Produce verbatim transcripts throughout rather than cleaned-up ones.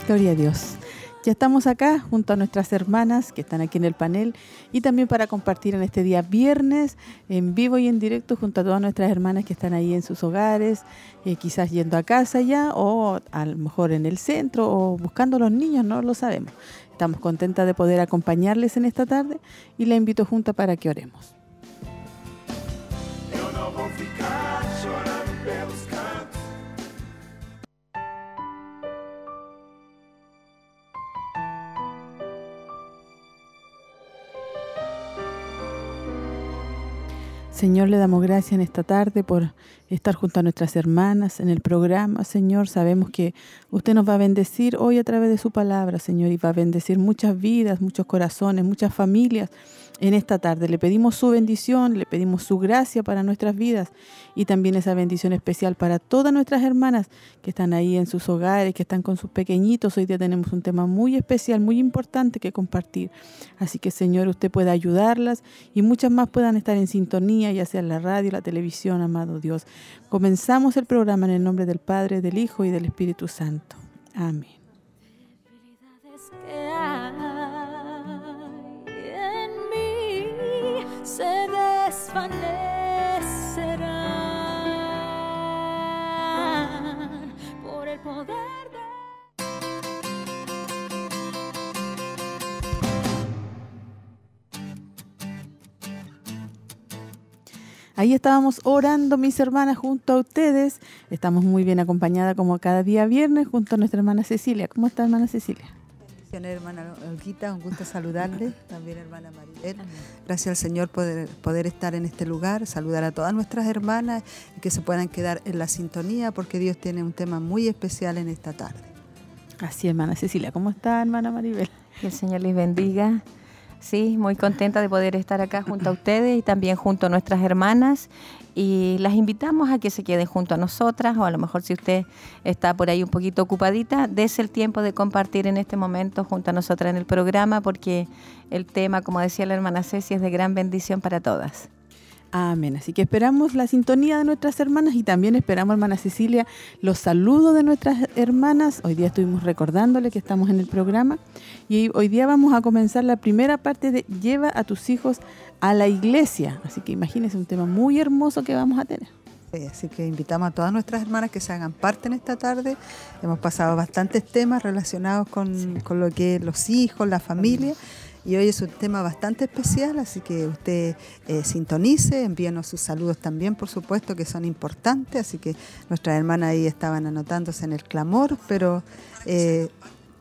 Gloria a Dios. Ya estamos acá junto a nuestras hermanas que están aquí en el panel y también para compartir en este día viernes en vivo y en directo junto a todas nuestras hermanas que están ahí en sus hogares, eh, quizás yendo a casa ya o a lo mejor en el centro o buscando a los niños, no lo sabemos. Estamos contentas de poder acompañarles en esta tarde y la invito junta para que oremos. Eu não vou ficar chorando pelos cantos. Señor, le damos gracias en esta tarde por estar junto a nuestras hermanas en el programa. Señor, sabemos que usted nos va a bendecir hoy a través de su palabra, Señor, y va a bendecir muchas vidas, muchos corazones, muchas familias en esta tarde. Le pedimos su bendición, le pedimos su gracia para nuestras vidas y también esa bendición especial para todas nuestras hermanas que están ahí en sus hogares, que están con sus pequeñitos. Hoy día tenemos un tema muy especial, muy importante que compartir. Así que, Señor, usted pueda ayudarlas y muchas más puedan estar en sintonía, ya sea en la radio, la televisión, amado Dios. Comenzamos el programa en el nombre del Padre, del Hijo y del Espíritu Santo. Amén. Se desvanecerán por el poder de... Ahí estábamos orando, mis hermanas, junto a ustedes. Estamos muy bien acompañadas como cada día viernes junto a nuestra hermana Cecilia. ¿Cómo está, hermana Cecilia? Hermana Olguita, un gusto saludarle, también hermana Maribel. Gracias al Señor poder, poder estar en este lugar, saludar a todas nuestras hermanas y que se puedan quedar en la sintonía porque Dios tiene un tema muy especial en esta tarde. Así, hermana Cecilia. ¿Cómo está, hermana Maribel? Que el Señor les bendiga. Sí, muy contenta de poder estar acá junto a ustedes y también junto a nuestras hermanas y las invitamos a que se queden junto a nosotras o a lo mejor si usted está por ahí un poquito ocupadita, dése el tiempo de compartir en este momento junto a nosotras en el programa porque el tema, como decía la hermana Ceci, es de gran bendición para todas. Amén. Así que esperamos la sintonía de nuestras hermanas y también esperamos, hermana Cecilia, los saludos de nuestras hermanas. Hoy día estuvimos recordándole que estamos en el programa y hoy día vamos a comenzar la primera parte de Lleva a tus hijos a la iglesia. Así que imagínense un tema muy hermoso que vamos a tener. Sí, así que invitamos a todas nuestras hermanas que se hagan parte en esta tarde. Hemos pasado bastantes temas relacionados con, sí. con lo que es los hijos, la familia. Y hoy es un tema bastante especial, así que usted eh, sintonice, envíenos sus saludos también, por supuesto, que son importantes. Así que nuestras hermanas ahí estaban anotándose en el clamor, pero... Eh,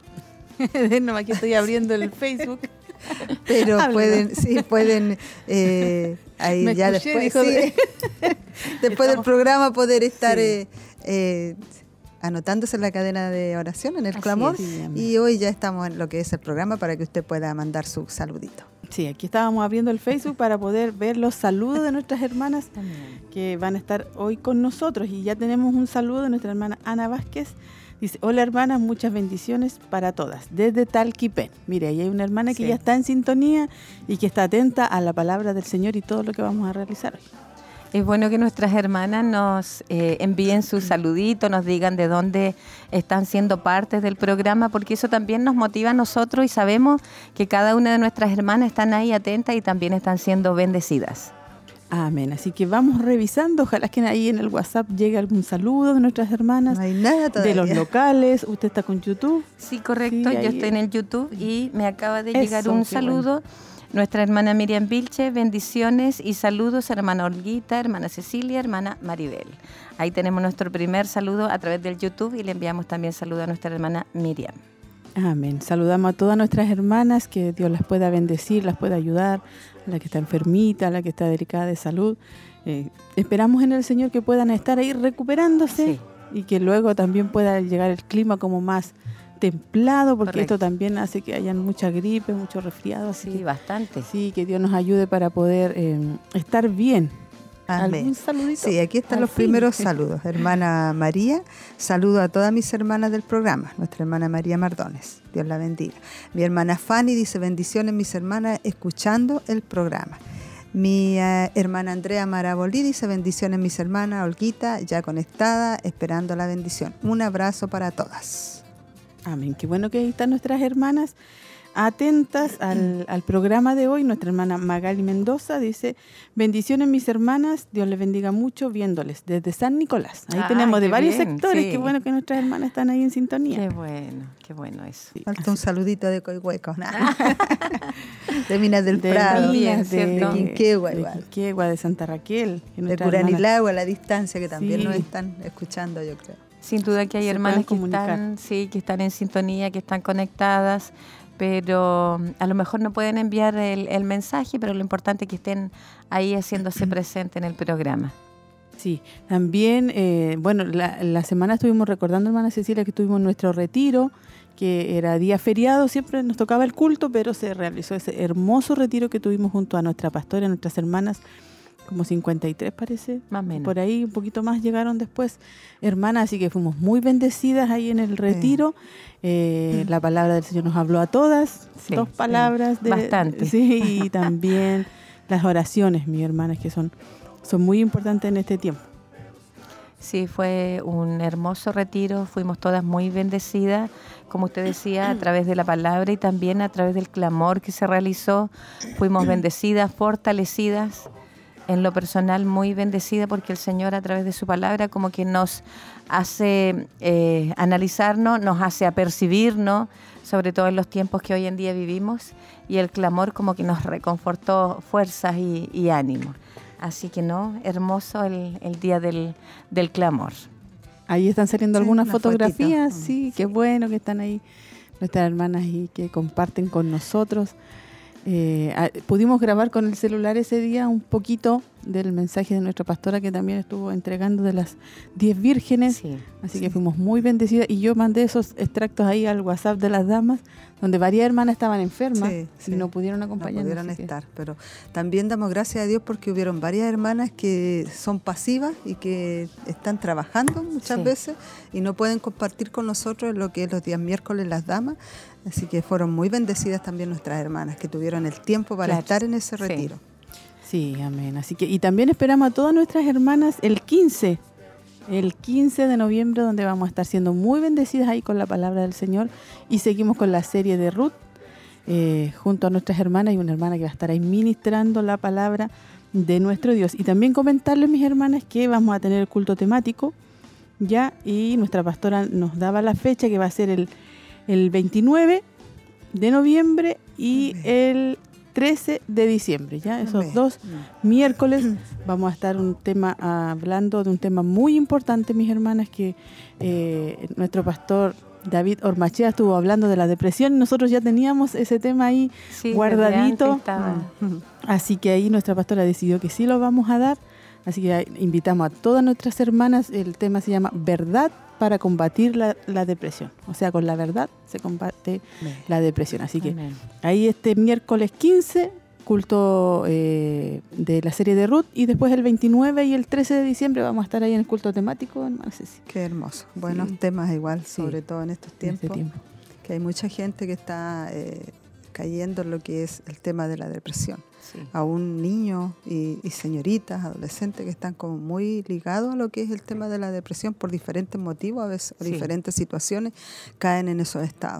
no, aquí estoy abriendo el Facebook. Pero Háblalo. pueden, sí, pueden... Eh, ahí Me ya escuché, después, sí, de... después del programa poder estar... Sí. Eh, eh, anotándose en la cadena de oración, en el Así clamor, es, sí, y hoy ya estamos en lo que es el programa para que usted pueda mandar su saludito. Sí, aquí estábamos abriendo el Facebook para poder ver los saludos de nuestras hermanas que van a estar hoy con nosotros, y ya tenemos un saludo de nuestra hermana Ana Vázquez. Dice: hola hermanas, muchas bendiciones para todas, desde Talquipén. Mire, ahí hay una hermana que sí. ya está en sintonía y que está atenta a la palabra del Señor y todo lo que vamos a realizar hoy. Es bueno que nuestras hermanas nos eh, envíen sus saluditos, nos digan de dónde están siendo partes del programa, porque eso también nos motiva a nosotros y sabemos que cada una de nuestras hermanas están ahí atentas y también están siendo bendecidas. Amén. Así que vamos revisando. Ojalá que ahí en el WhatsApp llegue algún saludo de nuestras hermanas. No hay nada todavía. De los locales. ¿Usted está con YouTube? Sí, correcto. Sí, yo estoy en el YouTube y me acaba de Eso, llegar un saludo. Bueno. Nuestra hermana Miriam Vilche, bendiciones y saludos, hermana Olguita, hermana Cecilia, hermana Maribel. Ahí tenemos nuestro primer saludo a través del YouTube y le enviamos también saludo a nuestra hermana Miriam. Amén. Saludamos a todas nuestras hermanas, que Dios las pueda bendecir, las pueda ayudar, a la que está enfermita, a la que está delicada de salud. Eh, esperamos en el Señor que puedan estar ahí recuperándose sí. y que luego también pueda llegar el clima como más templado, porque Correcto. Esto también hace que hayan mucha gripe, mucho resfriado. Así sí, que, bastante. Sí, que Dios nos ayude para poder eh, estar bien. Amén. ¿Algún saludito? Sí, aquí están Al los fin. primeros saludos. Hermana María, saludo a todas mis hermanas del programa. Nuestra hermana María Mardones, Dios la bendiga. Mi hermana Fanny dice: bendiciones mis hermanas, escuchando el programa. Mi uh, hermana Andrea Marabolí dice: bendiciones mis hermanas, Olguita, ya conectada, esperando la bendición. Un abrazo para todas. Amén. Qué bueno que ahí están nuestras hermanas atentas al, al programa de hoy. Nuestra hermana Magali Mendoza dice: bendiciones mis hermanas, Dios les bendiga mucho viéndoles desde San Nicolás. Ahí Ah, tenemos de qué varios bien, sectores. sí. Qué bueno que nuestras hermanas están ahí en sintonía. Qué bueno, qué bueno eso. Sí, Falta así- un saludito de Coihueco. de Minas del de Prado, Minas, También, de, ¿cierto? de Quinquegua de igual. Quinquegua, de Santa Raquel. que de nuestras hermanas- Curanilagua, a la distancia, que también Sí. nos están escuchando, yo creo. Sin duda que hay Se hermanas que pueden comunicar. están, sí, que están en sintonía, que están conectadas, pero mm, a lo mejor no pueden enviar el, el mensaje, pero lo importante es que estén ahí haciéndose presente en el programa. Sí, también, eh, bueno, la, la semana estuvimos recordando, hermana Cecilia, que tuvimos nuestro retiro, que era día feriado, siempre nos tocaba el culto, pero se realizó ese hermoso retiro que tuvimos junto a nuestra pastora, nuestras hermanas, como cincuenta y tres parece, Más o menos. por ahí un poquito más llegaron después hermanas, así que fuimos muy bendecidas ahí en el retiro. Eh, la palabra del Señor nos habló a todas, Sí, dos sí, palabras. De, bastante. Sí, y también las oraciones, mis hermanas, que son, son muy importantes en este tiempo. Sí, fue un hermoso retiro, fuimos todas muy bendecidas, como usted decía, a través de la palabra y también a través del clamor que se realizó. Fuimos bendecidas, fortalecidas, en lo personal muy bendecida porque el Señor a través de su palabra como que nos hace eh, analizarnos, nos hace apercibirnos, sobre todo en los tiempos que hoy en día vivimos, y el clamor como que nos reconfortó fuerzas y, y ánimo. Así que no, hermoso el, el día del, del clamor. Ahí están saliendo Sí, algunas una fotografías, fotito. sí, qué bueno que están ahí nuestras hermanas y que comparten con nosotros. Eh, a- pudimos grabar con el celular ese día un poquito del mensaje de nuestra pastora que también estuvo entregando de las diez vírgenes. Sí. Así que fuimos muy bendecidas y yo mandé esos extractos ahí al WhatsApp de las damas, donde varias hermanas estaban enfermas Sí, y sí. no pudieron No acompañarnos. pudieron así que- estar, pero también damos gracias a Dios porque hubieron varias hermanas que son pasivas y que están trabajando muchas Sí. veces y no pueden compartir con nosotros lo que es los días miércoles las damas, así que fueron muy bendecidas también nuestras hermanas que tuvieron el tiempo para Claro, estar en ese sí. retiro. Sí, amén. Así que, y también esperamos a todas nuestras hermanas el quince, el quince de noviembre, donde vamos a estar siendo muy bendecidas ahí con la palabra del Señor. Y seguimos con la serie de Ruth, eh, junto a nuestras hermanas, y una hermana que va a estar ahí ministrando la palabra de nuestro Dios. Y también comentarles, mis hermanas, que vamos a tener el culto temático, ya, y nuestra pastora nos daba la fecha que va a ser el, el veintinueve de noviembre y Amén. el trece de diciembre, ya, esos Amén. dos miércoles vamos a estar un tema hablando de un tema muy importante, mis hermanas, que eh, nuestro pastor David Ormachea estuvo hablando de la depresión y nosotros ya teníamos ese tema ahí Sí, guardadito. desde antes estaba. Así que ahí nuestra pastora decidió que sí lo vamos a dar. Así que invitamos a todas nuestras hermanas. El tema se llama Verdad para combatir la, la depresión. O sea, con la verdad se combate la depresión. Así que Amén. ahí este miércoles quince, culto eh, de la serie de Ruth. Y después el veintinueve y el trece de diciembre vamos a estar ahí en el culto temático, hermana Ceci. Qué hermoso. Buenos Sí. temas igual, Sí. sobre todo en estos En tiempos, este tiempo. que hay mucha gente que está eh, cayendo en lo que es el tema de la depresión. Sí. Aún niños y, y señoritas, adolescentes que están como muy ligados a lo que es el tema de la depresión por diferentes motivos, a veces, o Sí. diferentes situaciones, caen en esos estados.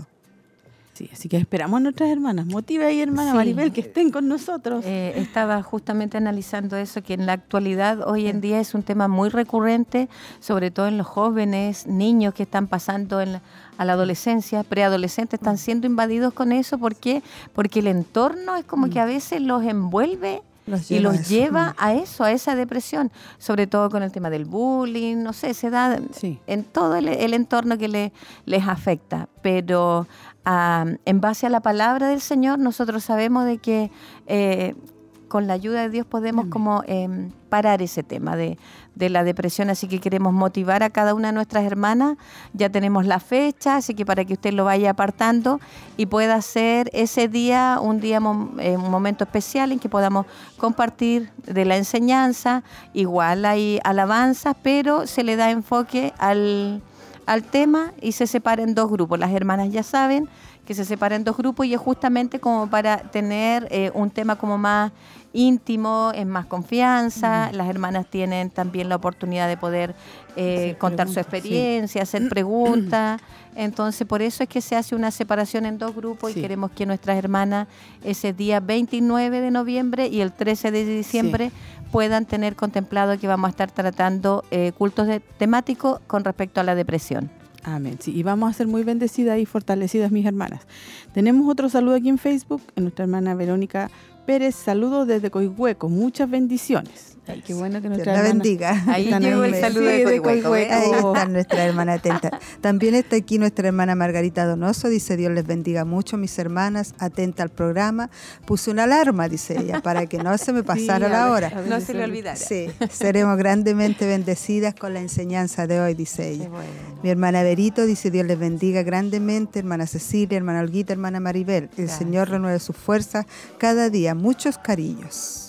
Sí, así que esperamos a nuestras hermanas. Motive ahí, hermana Sí. Maribel, que estén con nosotros. Eh, estaba justamente analizando eso, que en la actualidad, hoy en día, es un tema muy recurrente, sobre todo en los jóvenes, niños que están pasando en la- a la adolescencia, preadolescentes, están siendo invadidos con eso. ¿Por qué? Porque el entorno es como que a veces los envuelve Los y lleva a los eso. lleva a eso, a esa depresión, sobre todo con el tema del bullying, no sé, se da Sí. en todo el, el entorno que le, les afecta. Pero ah, en base a la palabra del Señor, nosotros sabemos de que eh, con la ayuda de Dios podemos Amén. como eh, parar ese tema de, de la depresión. Así que queremos motivar a cada una de nuestras hermanas. Ya tenemos la fecha, así que para que usted lo vaya apartando y pueda ser ese día un día mom- eh, un momento especial en que podamos compartir de la enseñanza. Igual hay alabanzas, pero se le da enfoque al, al tema y se separa en dos grupos. Las hermanas ya saben que se separa en dos grupos y es justamente como para tener eh, un tema como más íntimo, en más confianza. Mm. Las hermanas tienen también la oportunidad de poder eh, contar su experiencia, sí. hacer preguntas. Entonces, por eso es que se hace una separación en dos grupos sí. y queremos que nuestras hermanas ese día veintinueve de noviembre y el trece de diciembre sí. puedan tener contemplado que vamos a estar tratando eh, cultos de, temáticos con respecto a la depresión. Amén. Sí, y vamos a ser muy bendecidas y fortalecidas, mis hermanas. Tenemos otro saludo aquí en Facebook, en nuestra hermana Verónica Pérez. Saludos desde Coihueco. Muchas bendiciones. Ay, qué bueno que nuestra Dios la hermana bendiga. Ahí llegó el saludo de Coihueco. Ahí está nuestra hermana atenta. También está aquí nuestra hermana Margarita Donoso. Dice: Dios les bendiga mucho, mis hermanas. Atenta al programa. Puse una alarma, dice ella, para que no se me pasara sí, la hora. Ver, no se le olvidara. Sí, seremos grandemente bendecidas con la enseñanza de hoy, dice ella. Bueno. Mi hermana Berito dice: Dios les bendiga grandemente. Hermana Cecilia, hermana Olguita, hermana Maribel. El Gracias. Señor renueve sus fuerzas cada día. Muchos cariños.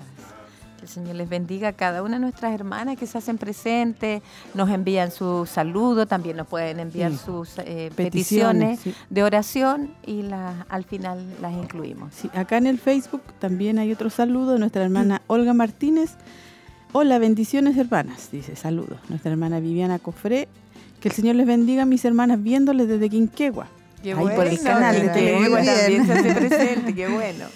El Señor les bendiga a cada una de nuestras hermanas que se hacen presentes, nos envían su saludo, también nos pueden enviar sí. sus eh, peticiones, peticiones sí. de oración y la, al final las incluimos. Sí, acá en el Facebook también hay otro saludo de nuestra hermana Olga Martínez. Hola, bendiciones hermanas, dice, saludos. Nuestra hermana Viviana Cofré, que el Señor les bendiga a mis hermanas viéndoles desde Quinquegua. Qué ahí bueno, por el canal de Quinquegua también se hace presente, qué bueno.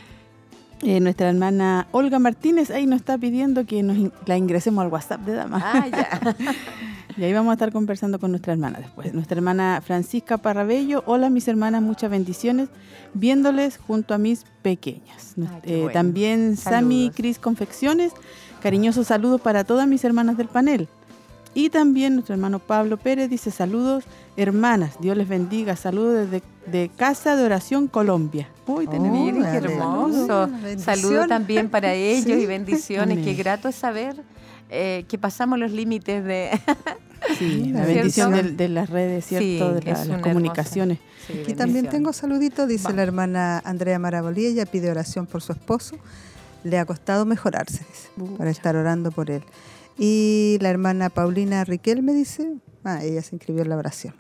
Eh, nuestra hermana Olga Martínez ahí nos está pidiendo que nos in- la ingresemos al WhatsApp de Dama. Ah, ya. Y ahí vamos a estar conversando con nuestra hermana después. Nuestra hermana Francisca Parrabello. Hola, mis hermanas, muchas bendiciones, viéndoles junto a mis pequeñas. Ah, eh, bueno. También Sami Cris Confecciones. Cariñosos saludos para todas mis hermanas del panel. Y también nuestro hermano Pablo Pérez dice: saludos, hermanas, Dios les bendiga. Saludos desde de Casa de Oración, Colombia. Uy, tenemos oh, miren, qué hermoso. Saludos también para ellos sí. y bendiciones. Amén. Qué grato es saber eh, que pasamos los límites de... sí, la bendición de, de las redes, ¿cierto? Sí, de la, las comunicaciones. Sí, aquí también tengo saluditos, dice Vamos. La hermana Andrea Marabolí. Ella pide oración por su esposo. Le ha costado mejorarse, dice, Mucha. para estar orando por él. Y la hermana Paulina Riquel me dice, ah, ella se inscribió en la oración.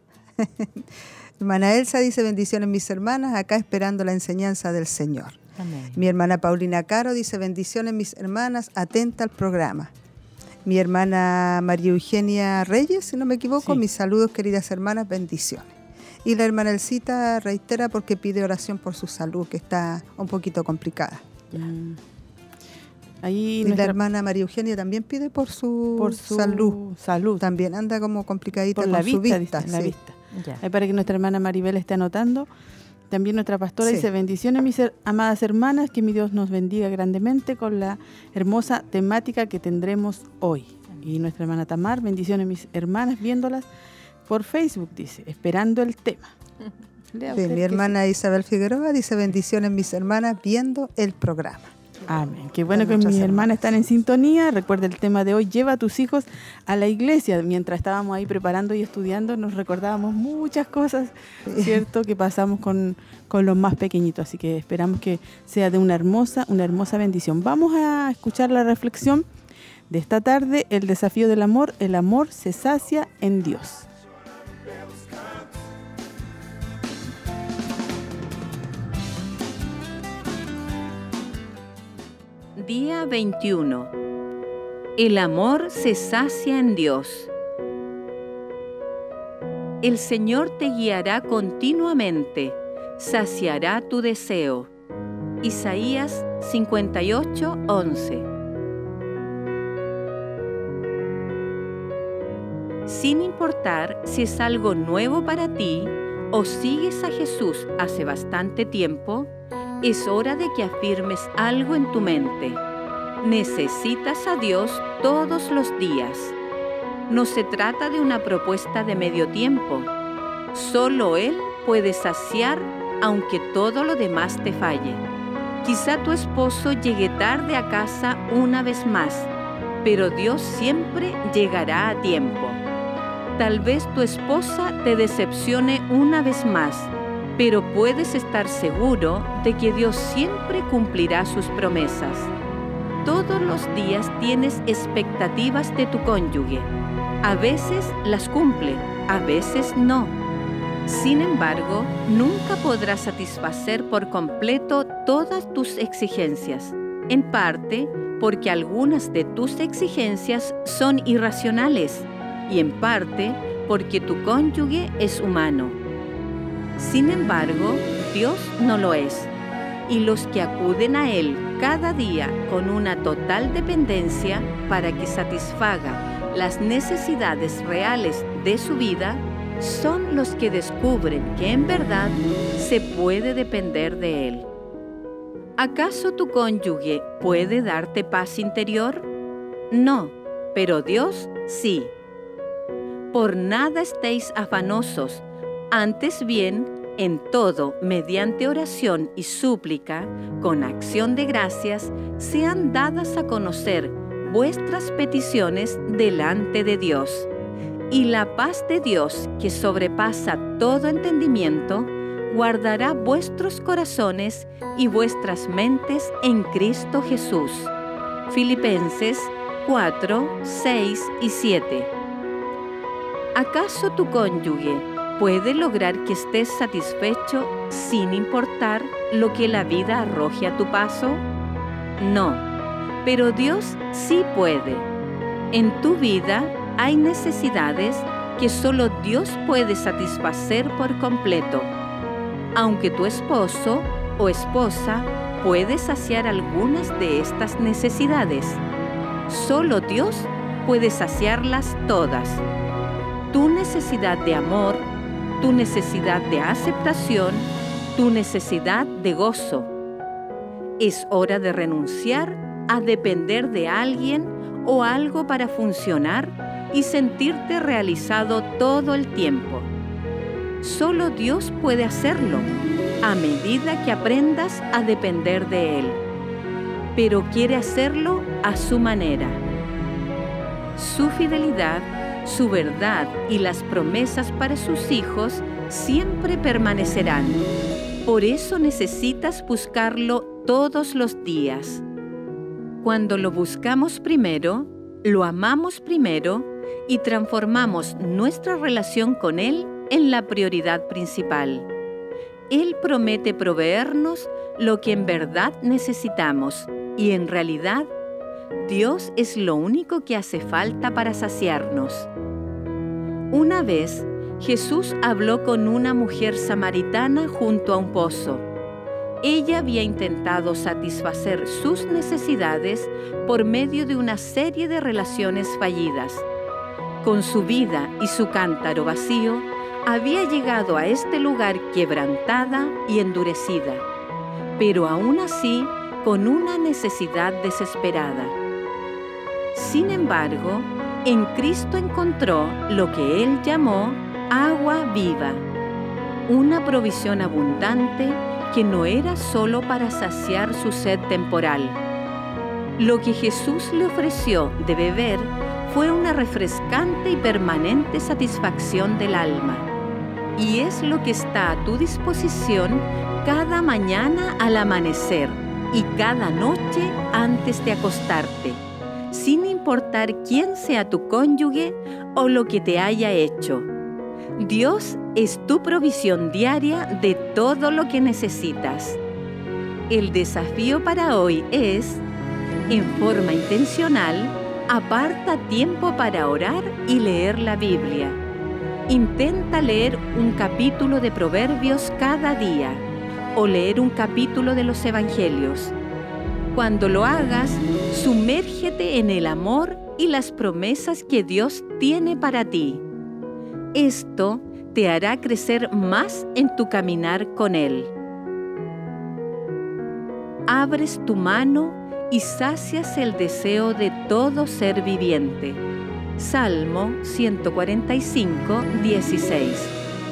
Hermana Elsa dice: bendiciones mis hermanas, acá esperando la enseñanza del Señor. Amén. Mi hermana Paulina Caro dice: bendiciones mis hermanas, atenta al programa. Mi hermana María Eugenia Reyes, si no me equivoco, sí. mis saludos queridas hermanas, bendiciones. Y la hermana Elcita reitera porque pide oración por su salud, que está un poquito complicada. Mm. Ahí y nuestra... la hermana María Eugenia también pide por su, por su salud. salud. También anda como complicadita por con la su vista. vista. Dice, la sí. vista. Ahí para que nuestra hermana Maribel esté anotando. También nuestra pastora sí. dice: bendiciones mis her- amadas hermanas, que mi Dios nos bendiga grandemente con la hermosa temática que tendremos hoy. Y nuestra hermana Tamar: bendiciones mis hermanas, viéndolas por Facebook, dice, esperando el tema. Sí, mi hermana sí. Isabel Figueroa dice: bendiciones mis hermanas, viendo el programa. Amén. Qué bueno que mis hermanas están en sintonía. Recuerda el tema de hoy: lleva a tus hijos a la iglesia. Mientras estábamos ahí preparando y estudiando, nos recordábamos muchas cosas, ¿cierto?, que pasamos con, con los más pequeñitos. Así que esperamos que sea de una hermosa, una hermosa bendición. Vamos a escuchar la reflexión de esta tarde: el desafío del amor. El amor se sacia en Dios. Día veintiuno. El amor se sacia en Dios. El Señor te guiará continuamente, saciará tu deseo. Isaías cincuenta y ocho, once. Sin importar si es algo nuevo para ti o sigues a Jesús hace bastante tiempo, es hora de que afirmes algo en tu mente. Necesitas a Dios todos los días. No se trata de una propuesta de medio tiempo. Solo Él puede saciar aunque todo lo demás te falle. Quizá tu esposo llegue tarde a casa una vez más, pero Dios siempre llegará a tiempo. Tal vez tu esposa te decepcione una vez más, pero puedes estar seguro de que Dios siempre cumplirá sus promesas. Todos los días tienes expectativas de tu cónyuge. A veces las cumple, a veces no. Sin embargo, nunca podrás satisfacer por completo todas tus exigencias, en parte porque algunas de tus exigencias son irracionales y en parte porque tu cónyuge es humano. Sin embargo, Dios no lo es, y los que acuden a Él cada día con una total dependencia para que satisfaga las necesidades reales de su vida, son los que descubren que en verdad se puede depender de Él. ¿Acaso tu cónyuge puede darte paz interior? No, pero Dios sí. Por nada estéis afanosos, antes bien, en todo, mediante oración y súplica, con acción de gracias, sean dadas a conocer vuestras peticiones delante de Dios. Y la paz de Dios, que sobrepasa todo entendimiento, guardará vuestros corazones y vuestras mentes en Cristo Jesús. Filipenses cuatro, seis y siete. ¿Acaso tu cónyuge puede lograr que estés satisfecho sin importar lo que la vida arroje a tu paso? No, pero Dios sí puede. En tu vida hay necesidades que solo Dios puede satisfacer por completo. Aunque tu esposo o esposa puede saciar algunas de estas necesidades, solo Dios puede saciarlas todas. Tu necesidad de amor, tu necesidad de aceptación, tu necesidad de gozo. Es hora de renunciar a depender de alguien o algo para funcionar y sentirte realizado todo el tiempo. Solo Dios puede hacerlo, a medida que aprendas a depender de Él. Pero quiere hacerlo a su manera. Su fidelidad, su verdad y las promesas para sus hijos siempre permanecerán. Por eso necesitas buscarlo todos los días. Cuando lo buscamos primero, lo amamos primero y transformamos nuestra relación con Él en la prioridad principal. Él promete proveernos lo que en verdad necesitamos y en realidad Dios es lo único que hace falta para saciarnos. Una vez, Jesús habló con una mujer samaritana junto a un pozo. Ella había intentado satisfacer sus necesidades por medio de una serie de relaciones fallidas. Con su vida y su cántaro vacío, había llegado a este lugar quebrantada y endurecida, pero aún así con una necesidad desesperada. Sin embargo, en Cristo encontró lo que Él llamó agua viva, una provisión abundante que no era solo para saciar su sed temporal. Lo que Jesús le ofreció de beber fue una refrescante y permanente satisfacción del alma, y es lo que está a tu disposición cada mañana al amanecer y cada noche antes de acostarte, sin importar quién sea tu cónyuge o lo que te haya hecho. Dios es tu provisión diaria de todo lo que necesitas. El desafío para hoy es, en forma intencional, aparta tiempo para orar y leer la Biblia. Intenta leer un capítulo de Proverbios cada día o leer un capítulo de los Evangelios. Cuando lo hagas, sumérgete en el amor y las promesas que Dios tiene para ti. Esto te hará crecer más en tu caminar con Él. Abres tu mano y sacias el deseo de todo ser viviente. Salmo ciento cuarenta y cinco, dieciséis.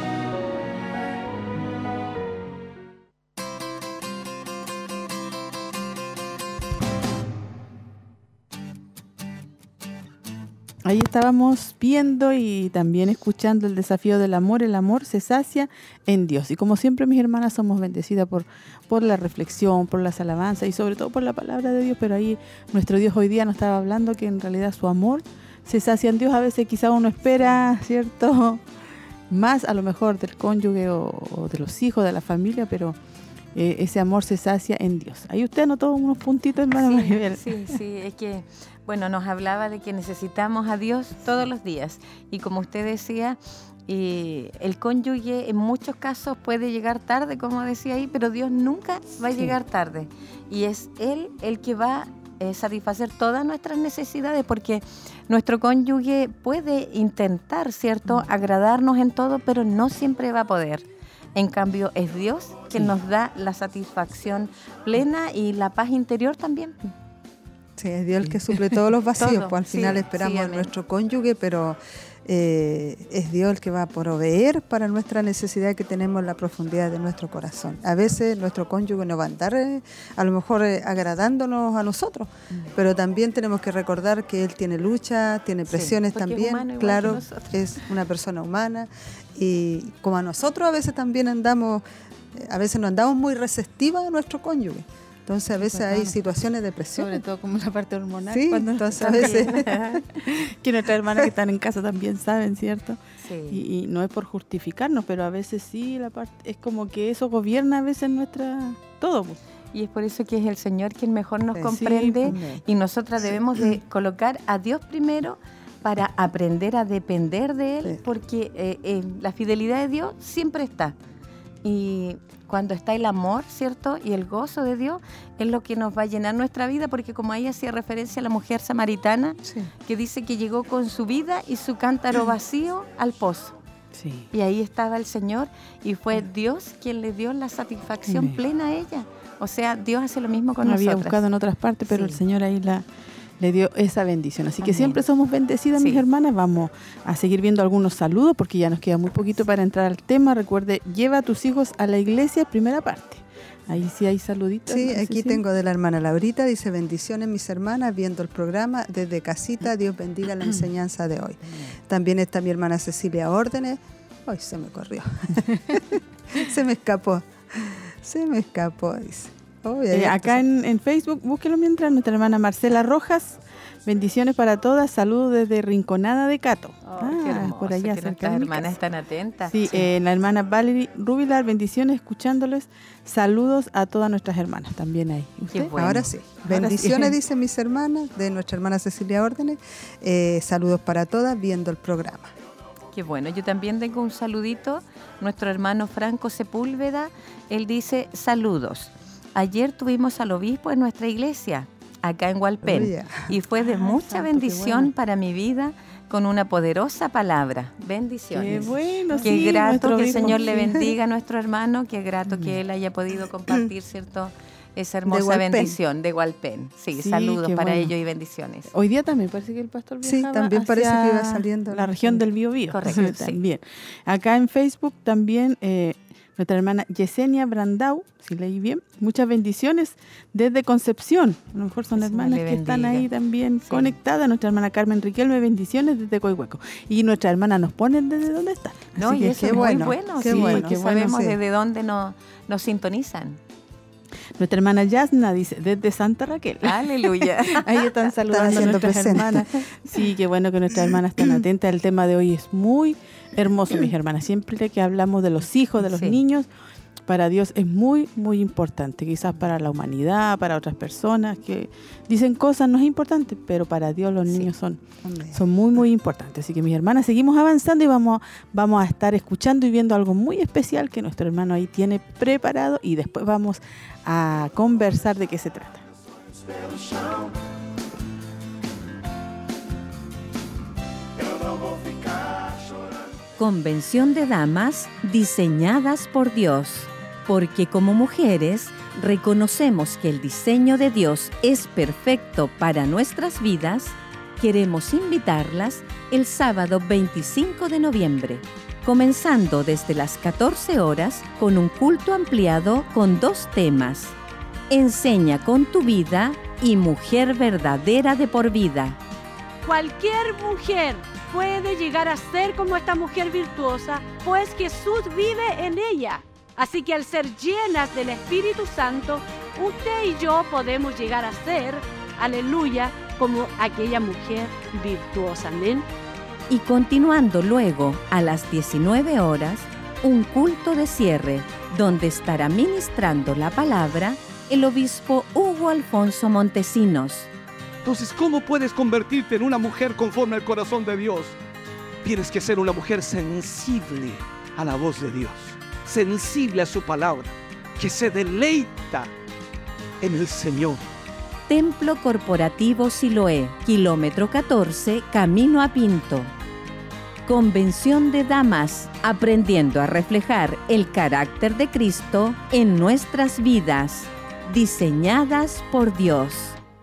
Ahí estábamos viendo y también escuchando el desafío del amor. El amor se sacia en Dios. Y como siempre, mis hermanas, somos bendecidas por, por la reflexión, por las alabanzas y sobre todo por la palabra de Dios. Pero ahí nuestro Dios hoy día nos estaba hablando que en realidad su amor se sacia en Dios. A veces quizá uno espera, ¿cierto?, más a lo mejor del cónyuge o, o de los hijos, de la familia, pero eh, ese amor se sacia en Dios. Ahí usted anotó unos puntitos, hermana Sí, Maribel. sí, sí, es que, bueno, nos hablaba de que necesitamos a Dios todos los días. Y como usted decía, eh, el cónyuge en muchos casos puede llegar tarde, como decía ahí, pero Dios nunca va a Sí. llegar tarde. Y es Él el que va a eh, satisfacer todas nuestras necesidades, porque nuestro cónyuge puede intentar, ¿cierto?, agradarnos en todo, pero no siempre va a poder. En cambio, es Dios quien Sí. nos da la satisfacción plena y la paz interior también. Sí, es Dios el que suple todos los vacíos, Todo, pues al sí, final esperamos sí, a amén. nuestro cónyuge, pero eh, es Dios el que va a proveer para nuestra necesidad que tenemos en la profundidad de nuestro corazón. A veces nuestro cónyuge no va a andar eh, a lo mejor eh, agradándonos a nosotros, pero también tenemos que recordar que Él tiene lucha, tiene Sí, presiones porque es también, humano igual que claro, nosotros. es una persona humana y como a nosotros a veces también andamos, eh, a veces no andamos muy receptivas a nuestro cónyuge. Entonces a veces hay Bueno, situaciones de presión. Sobre todo como la parte hormonal. Sí, cuando entonces a también. veces Que nuestras hermanas que están en casa también saben, ¿cierto? Sí. Y, y no es por justificarnos, pero a veces sí, la parte es como que eso gobierna a veces nuestra... todo. Pues. Y es por eso que es el Señor quien mejor nos Sí, comprende pues. y nosotras debemos de colocar a Dios primero para aprender a depender de Él, Sí. porque eh, eh, la fidelidad de Dios siempre está. Y cuando está el amor, ¿cierto? Y el gozo de Dios es lo que nos va a llenar nuestra vida, porque como ahí hacía referencia a la mujer samaritana, sí. que dice que llegó con su vida y su cántaro vacío al pozo. Sí. Y ahí estaba el Señor y fue Dios quien le dio la satisfacción Amén. plena a ella. O sea, Dios hace lo mismo con No había nosotras. buscado en otras partes, pero Sí. el Señor ahí la, le dio esa bendición. Así que Amén. siempre somos bendecidas, mis Sí. hermanas. Vamos a seguir viendo algunos saludos porque ya nos queda muy poquito para entrar al tema. Recuerde, lleva a tus hijos a la iglesia, primera parte. Ahí sí hay saluditos. Sí, no sé aquí si- tengo de la hermana Laurita, dice bendiciones mis hermanas viendo el programa desde casita, Dios bendiga la enseñanza de hoy. También está mi hermana Cecilia Órdenes, ay se me corrió, se me escapó, se me escapó, dice. Oh, ya, Eh, ya, acá pues, en, en Facebook, búsquelo mientras, nuestra hermana Marcela Rojas. Bendiciones para todas, saludos desde Rinconada de Cato. Oh, qué hermoso, por allá que cerca nuestras de mi hermanas casa. están atentas. Sí, eh, la hermana Valerie Rubilar, bendiciones escuchándoles. Saludos a todas nuestras hermanas también ahí. ¿Usted? bueno. ahora sí. Ahora Bendiciones, sí. dicen mis hermanas, de nuestra hermana Cecilia Órdenes. Eh, saludos para todas viendo el programa. Qué bueno, yo también tengo un saludito. Nuestro hermano Franco Sepúlveda, él dice, saludos. Ayer tuvimos al obispo en nuestra iglesia, acá en Hualpén, Oh, yeah. y fue de Ah, mucha santo, qué bendición bueno. para mi vida con una poderosa palabra. Qué Bendiciones. bueno, Qué sí, grato nuestro que el obispo, Señor le sí. bendiga a nuestro hermano, qué grato que él haya podido compartir, ¿cierto? Esa hermosa Hualpén. bendición de Hualpén. Sí, Sí, saludos qué para bueno. ellos y bendiciones. Hoy día también parece que el pastor Sí, viajaba también parece hacia que iba saliendo. la región del Biobío. Correcto, sí. También. Acá en Facebook también eh, nuestra hermana Yesenia Brandau, si leí bien, muchas bendiciones desde Concepción. A lo mejor son Que el Señor hermanas le que están bendiga. ahí también Sí. conectadas. Nuestra hermana Carmen Riquelme, bendiciones desde Coihueco. Y nuestra hermana nos ponen desde donde están. No, Así y que eso qué es bueno, muy bueno, qué sí, bueno, porque qué bueno, sabemos sí. desde dónde nos, nos sintonizan. nuestra hermana Yasna dice, desde Santa Raquel. Aleluya. Ahí están saludando a haciendo nuestras presente. hermanas. Sí, qué bueno que nuestras hermanas están atentas. El tema de hoy es muy hermoso, mis hermanas. Siempre que hablamos de los hijos, de los Sí. niños, para Dios es muy, muy importante. Quizás para la humanidad, para otras personas que dicen cosas no es importante, pero para Dios los Sí. niños son, Amén. son muy, muy importantes. Así que mis hermanas, seguimos avanzando y vamos, vamos a estar escuchando y viendo algo muy especial que nuestro hermano ahí tiene preparado y después vamos a conversar de qué se trata. pelo chão. Eu não vou ficar chorando. Convención de damas diseñadas por Dios, porque como mujeres reconocemos que el diseño de Dios es perfecto para nuestras vidas. Queremos invitarlas el sábado veinticinco de noviembre, comenzando desde las catorce horas con un culto ampliado con dos temas: Enseña con tu vida y Mujer verdadera de por vida. Cualquier mujer puede llegar a ser como esta mujer virtuosa, pues Jesús vive en ella. Así que al ser llenas del Espíritu Santo, usted y yo podemos llegar a ser, aleluya, como aquella mujer virtuosa. Amén. y continuando luego a las diecinueve horas, un culto de cierre donde estará ministrando la palabra el obispo Hugo Alfonso Montesinos. Entonces, ¿cómo puedes convertirte en una mujer conforme al corazón de Dios? Tienes que ser una mujer sensible a la voz de Dios, sensible a su palabra, que se deleita en el Señor. Templo Corporativo Siloé, kilómetro catorce, camino a Pinto. Convención de Damas, aprendiendo a reflejar el carácter de Cristo en nuestras vidas, diseñadas por Dios.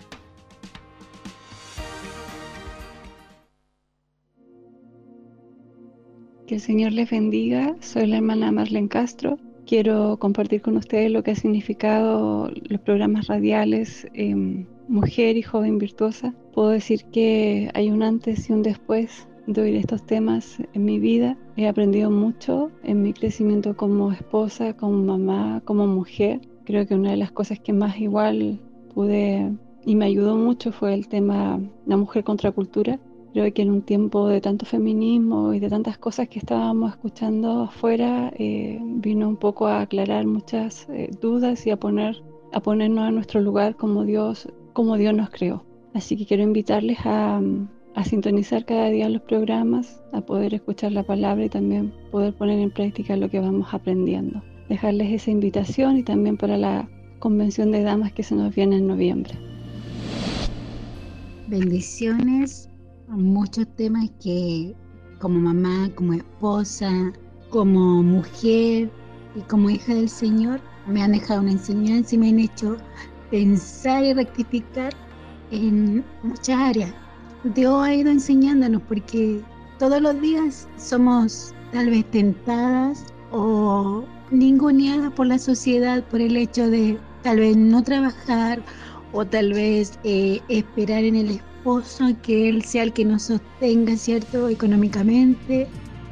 Que el Señor les bendiga. Soy la hermana Marlene Castro. Quiero compartir con ustedes lo que ha significado los programas radiales eh, Mujer y Joven Virtuosa. Puedo decir que hay un antes y un después de oír estos temas en mi vida. He aprendido mucho en mi crecimiento como esposa, como mamá, como mujer. Creo que una de las cosas que más igual pude y me ayudó mucho fue el tema la mujer contra cultura. Creo que en un tiempo de tanto feminismo y de tantas cosas que estábamos escuchando afuera, eh, vino un poco a aclarar muchas eh, dudas y a, poner, a ponernos en nuestro lugar como Dios, como Dios nos creó. Así que quiero invitarles a, a sintonizar cada día los programas, a poder escuchar la palabra y también poder poner en práctica lo que vamos aprendiendo. Dejarles esa invitación y también para la convención de damas que se nos viene en noviembre. Bendiciones. Muchos temas que como mamá, como esposa, como mujer y como hija del Señor me han dejado una enseñanza y me han hecho pensar y rectificar en muchas áreas. Dios ha ido enseñándonos porque todos los días somos tal vez tentadas o ninguneadas por la sociedad por el hecho de tal vez no trabajar o tal vez eh, esperar en el esposo que él sea el que nos sostenga, ¿cierto? Económicamente.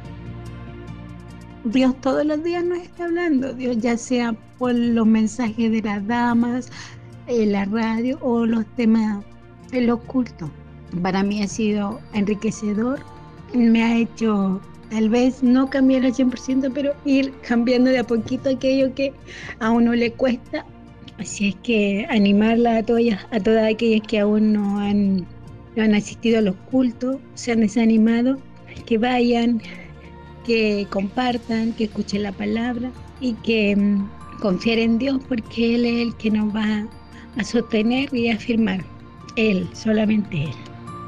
Dios todos los días nos está hablando, Dios ya sea por los mensajes de las damas, en la radio o los temas en los cultos. Para mí ha sido enriquecedor, me ha hecho tal vez no cambiar al cien por ciento, pero ir cambiando de a poquito aquello que a uno le cuesta. Así es que animarla a todas, a todas aquellas que aún no han, no han asistido a los cultos, se han desanimado, que vayan, que compartan, que escuchen la palabra y que um, confiar en Dios porque Él es el que nos va a sostener y a afirmar. Él, solamente Él.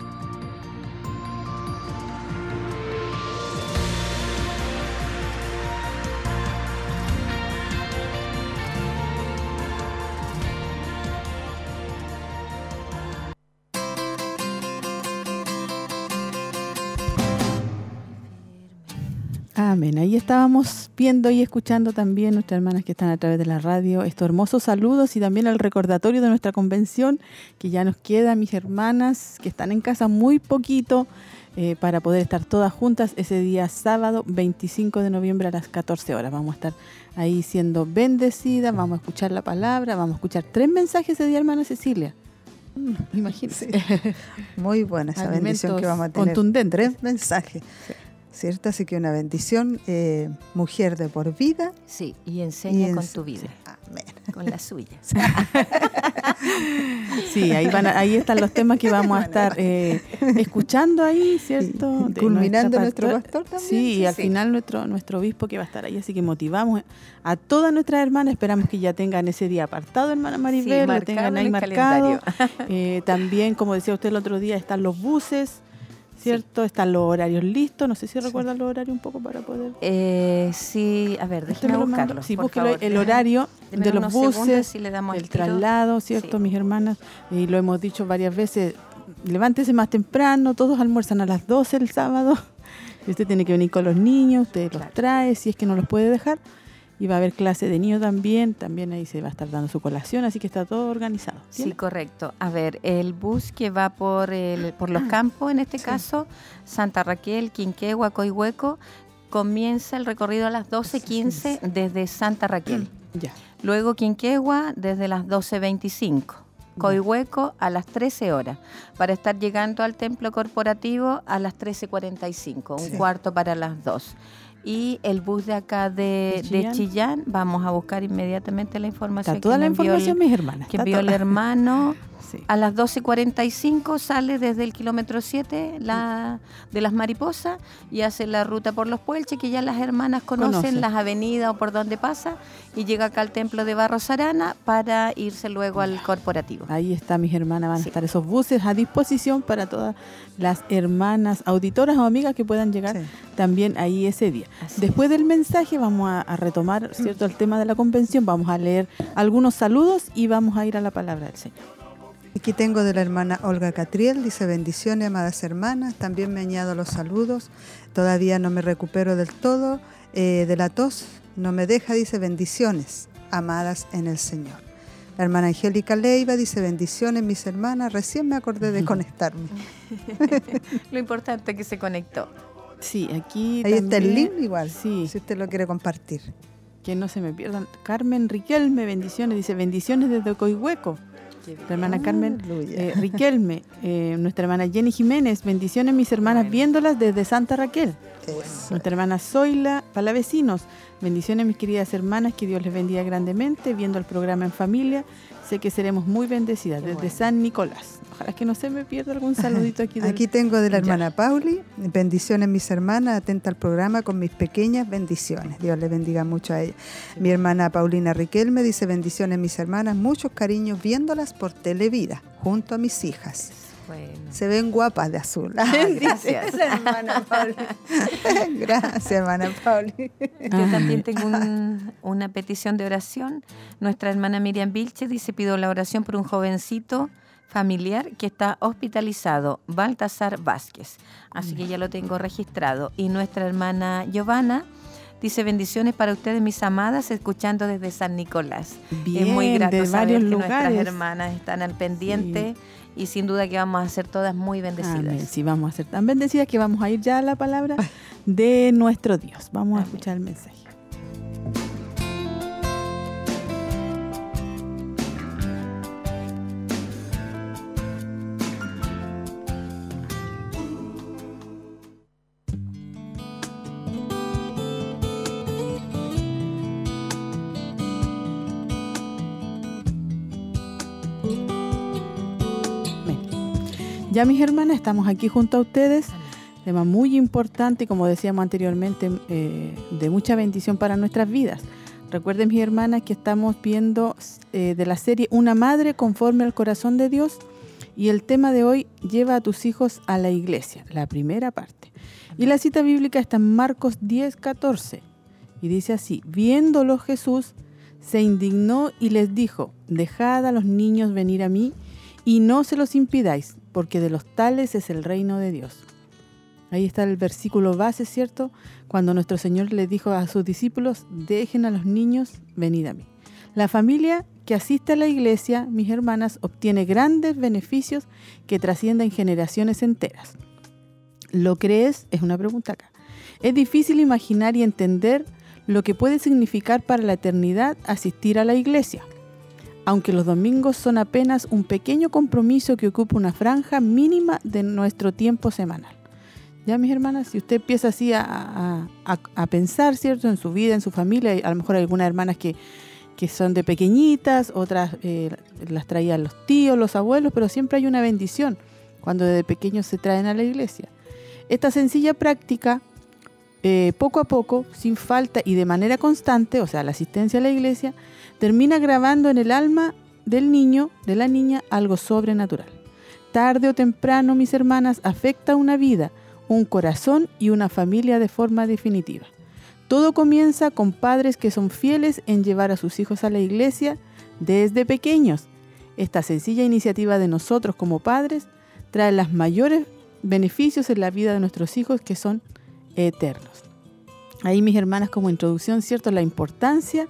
Amén. Ahí estábamos viendo y escuchando también nuestras hermanas que están a través de la radio estos hermosos saludos y también el recordatorio de nuestra convención que ya nos queda, mis hermanas que están en casa muy poquito eh, para poder estar todas juntas ese día sábado veinticinco de noviembre a las catorce horas. Vamos a estar ahí siendo bendecidas, vamos a escuchar la palabra, vamos a escuchar tres mensajes ese día, hermana Cecilia. Imagínense. Sí. Muy buena esa bendición que vamos a tener. Contundentes. Tres mensajes. Sí. ¿Cierto? Así que una bendición, eh, mujer de por vida. Sí, y enseña y con ens- tu vida. Sí. Amén. Con la suya. Sí, ahí van a, ahí están los temas que vamos a estar eh, escuchando ahí, ¿cierto? Y De culminando nuestra nuestro pastor- pastor también. Sí, y Sí, al sí. final nuestro nuestro obispo que va a estar ahí, así que motivamos a todas nuestras hermanas, esperamos que ya tengan ese día apartado, hermana Maribel, lo marcado tengan en ahí el marcado. calendario. Eh, también, como decía usted el otro día, están los buses, ¿cierto? Están los horarios listos, no sé si recuerdan los horarios un poco para poder... Eh, sí, a ver, Usted déjeme me lo manda. buscarlos. Sí, por búsquelo, favor. el horario Deme de los unos segundos buses, y le damos el el tiro. traslado, ¿cierto, Sí. mis hermanas? Y lo hemos dicho varias veces, levántese más temprano, todos almuerzan a las doce el sábado, y usted tiene que venir con los niños, usted los Claro. trae, si es que no los puede dejar, y va a haber clase de niños también, también ahí se va a estar dando su colación, así que está todo organizado. Sí, ¿Tiene? correcto. A ver, el bus que va por el, por los campos, en este Sí. caso, Santa Raquel, Quinquegua, Coihueco, comienza el recorrido a las doce quince desde Santa Raquel. Ya, Luego Quinquegua desde las doce veinticinco. Coihueco, a las trece horas, para estar llegando al templo corporativo a las trece cuarenta y cinco, un Sí. cuarto para las dos. Y el bus de acá de, ¿De de Chillán? Chillán, vamos a buscar inmediatamente la información. Está toda que la me envió información, el, mis hermanas. que está envió el toda. hermano. Sí. A las doce cuarenta y cinco sale desde el kilómetro siete la, de las Mariposas y hace la ruta por los Puelches, que ya las hermanas conocen, Conocen. las avenidas o por donde pasa, y llega acá al templo de Barros Arana para irse luego al corporativo. Ahí está, mis hermanas, van Sí. a estar esos buses a disposición para todas las hermanas auditoras o amigas que puedan llegar Sí. también ahí ese día. Así Después del mensaje vamos a, a retomar, ¿cierto?, el tema de la convención, vamos a leer algunos saludos y vamos a ir a la palabra del Señor. Aquí tengo de la hermana Olga Catriel, dice bendiciones, amadas hermanas. También me añado los saludos. Todavía no me recupero del todo eh, de la tos. No me deja, dice bendiciones, amadas en el Señor. La hermana Angélica Leiva dice bendiciones, mis hermanas. Recién me acordé de conectarme. Lo importante es que se conectó. Sí, aquí Ahí está el también, link igual, Sí, si usted lo quiere compartir. que no se me pierdan. Carmen Riquelme, bendiciones, dice bendiciones desde Coihueco. La hermana Carmen Aleluya. eh, Riquelme, eh, nuestra hermana Jenny Jiménez, bendiciones mis hermanas Bueno. viéndolas desde Santa Raquel. Eso. Nuestra hermana Zoila Palavecinos, bendiciones mis queridas hermanas, que Dios les bendiga grandemente, viendo el programa en familia, sé que seremos muy bendecidas, Qué desde bueno. San Nicolás. Ojalá que no se me pierda algún saludito aquí. Del... Aquí tengo de la Ya. hermana Pauli, bendiciones mis hermanas, atenta al programa con mis pequeñas bendiciones. Dios les bendiga mucho a ella. Mi hermana Paulina Riquelme dice bendiciones mis hermanas, muchos cariños viéndolas por Televida, junto a mis hijas. Bueno. Se ven guapas de azul. Gracias. La hermana Pauli. Gracias, hermana Pauli. Yo también tengo un- una petición de oración. Nuestra hermana Miriam Vilches dice, pido la oración por un jovencito familiar que está hospitalizado, Baltasar Vázquez. Así que ya lo tengo registrado. Y nuestra hermana Giovanna dice, bendiciones para ustedes, mis amadas, escuchando desde San Nicolás. Bien, es muy grato de saber varios que lugares. nuestras hermanas están al pendiente y sin duda que vamos a ser todas muy bendecidas. Amén. Sí, vamos a ser tan bendecidas que vamos a ir ya a la palabra de nuestro Dios. Vamos a Amén. escuchar el mensaje. Ya, mis hermanas, estamos aquí junto a ustedes. Tema muy importante, como decíamos anteriormente, eh, de mucha bendición para nuestras vidas. Recuerden, mis hermanas, que estamos viendo eh, de la serie Una madre conforme al corazón de Dios. Y el tema de hoy, lleva a tus hijos a la iglesia, la primera parte. Y la cita bíblica está en Marcos diez, catorce. Y dice así, viéndolo Jesús, se indignó y les dijo, dejad a los niños venir a mí y no se los impidáis, porque de los tales es el reino de Dios. Ahí está el versículo base, ¿cierto? Cuando nuestro Señor le dijo a sus discípulos, dejen a los niños, venid a mí. La familia que asiste a la iglesia, mis hermanas, obtiene grandes beneficios que trascienden generaciones enteras. ¿Lo crees? Es una pregunta acá. Es difícil imaginar y entender lo que puede significar para la eternidad asistir a la iglesia, aunque los domingos son apenas un pequeño compromiso que ocupa una franja mínima de nuestro tiempo semanal. Ya, mis hermanas, si usted empieza así a, a, a, a pensar, ¿cierto?, en su vida, en su familia, a lo mejor hay algunas hermanas que, que son de pequeñitas, otras eh, las traían los tíos, los abuelos, pero siempre hay una bendición cuando desde pequeños se traen a la iglesia. Esta sencilla práctica, eh, poco a poco, sin falta y de manera constante, o sea, la asistencia a la iglesia, termina grabando en el alma del niño, de la niña, algo sobrenatural. Tarde o temprano, mis hermanas, afecta una vida, un corazón y una familia de forma definitiva. Todo comienza con padres que son fieles en llevar a sus hijos a la iglesia desde pequeños. Esta sencilla iniciativa de nosotros como padres trae los mayores beneficios en la vida de nuestros hijos, que son eternos. Ahí, mis hermanas, como introducción, ¿cierto?, la importancia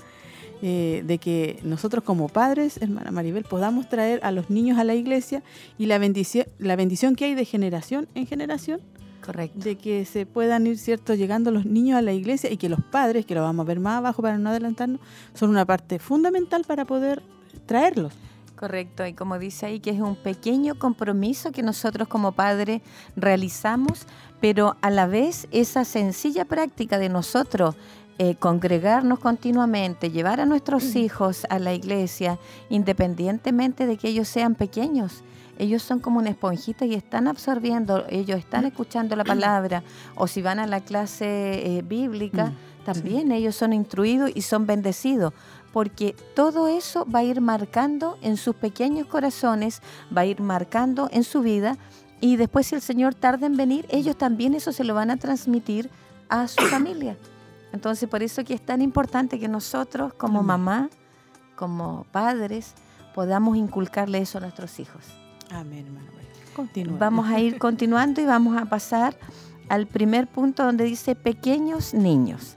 eh, de que nosotros como padres, hermana Maribel, podamos traer a los niños a la iglesia y la bendición, la bendición que hay de generación en generación. Correcto. De que se puedan ir, ¿cierto?, llegando los niños a la iglesia, y que los padres, que lo vamos a ver más abajo para no adelantarnos, son una parte fundamental para poder traerlos. Correcto, y como dice ahí que es un pequeño compromiso que nosotros como padres realizamos, pero a la vez esa sencilla práctica de nosotros eh, congregarnos continuamente, llevar a nuestros hijos a la iglesia, independientemente de que ellos sean pequeños. Ellos son como una esponjita y están absorbiendo, ellos están escuchando la palabra, o si van a la clase eh, bíblica, también ellos son instruidos y son bendecidos, porque todo eso va a ir marcando en sus pequeños corazones, va a ir marcando en su vida, y después si el Señor tarda en venir, ellos también eso se lo van a transmitir a su familia. Entonces, por eso que es tan importante que nosotros como mamá, como padres, podamos inculcarle eso a nuestros hijos. Amén, hermano. Continúa. Vamos a ir continuando y vamos a pasar al primer punto donde dice pequeños niños.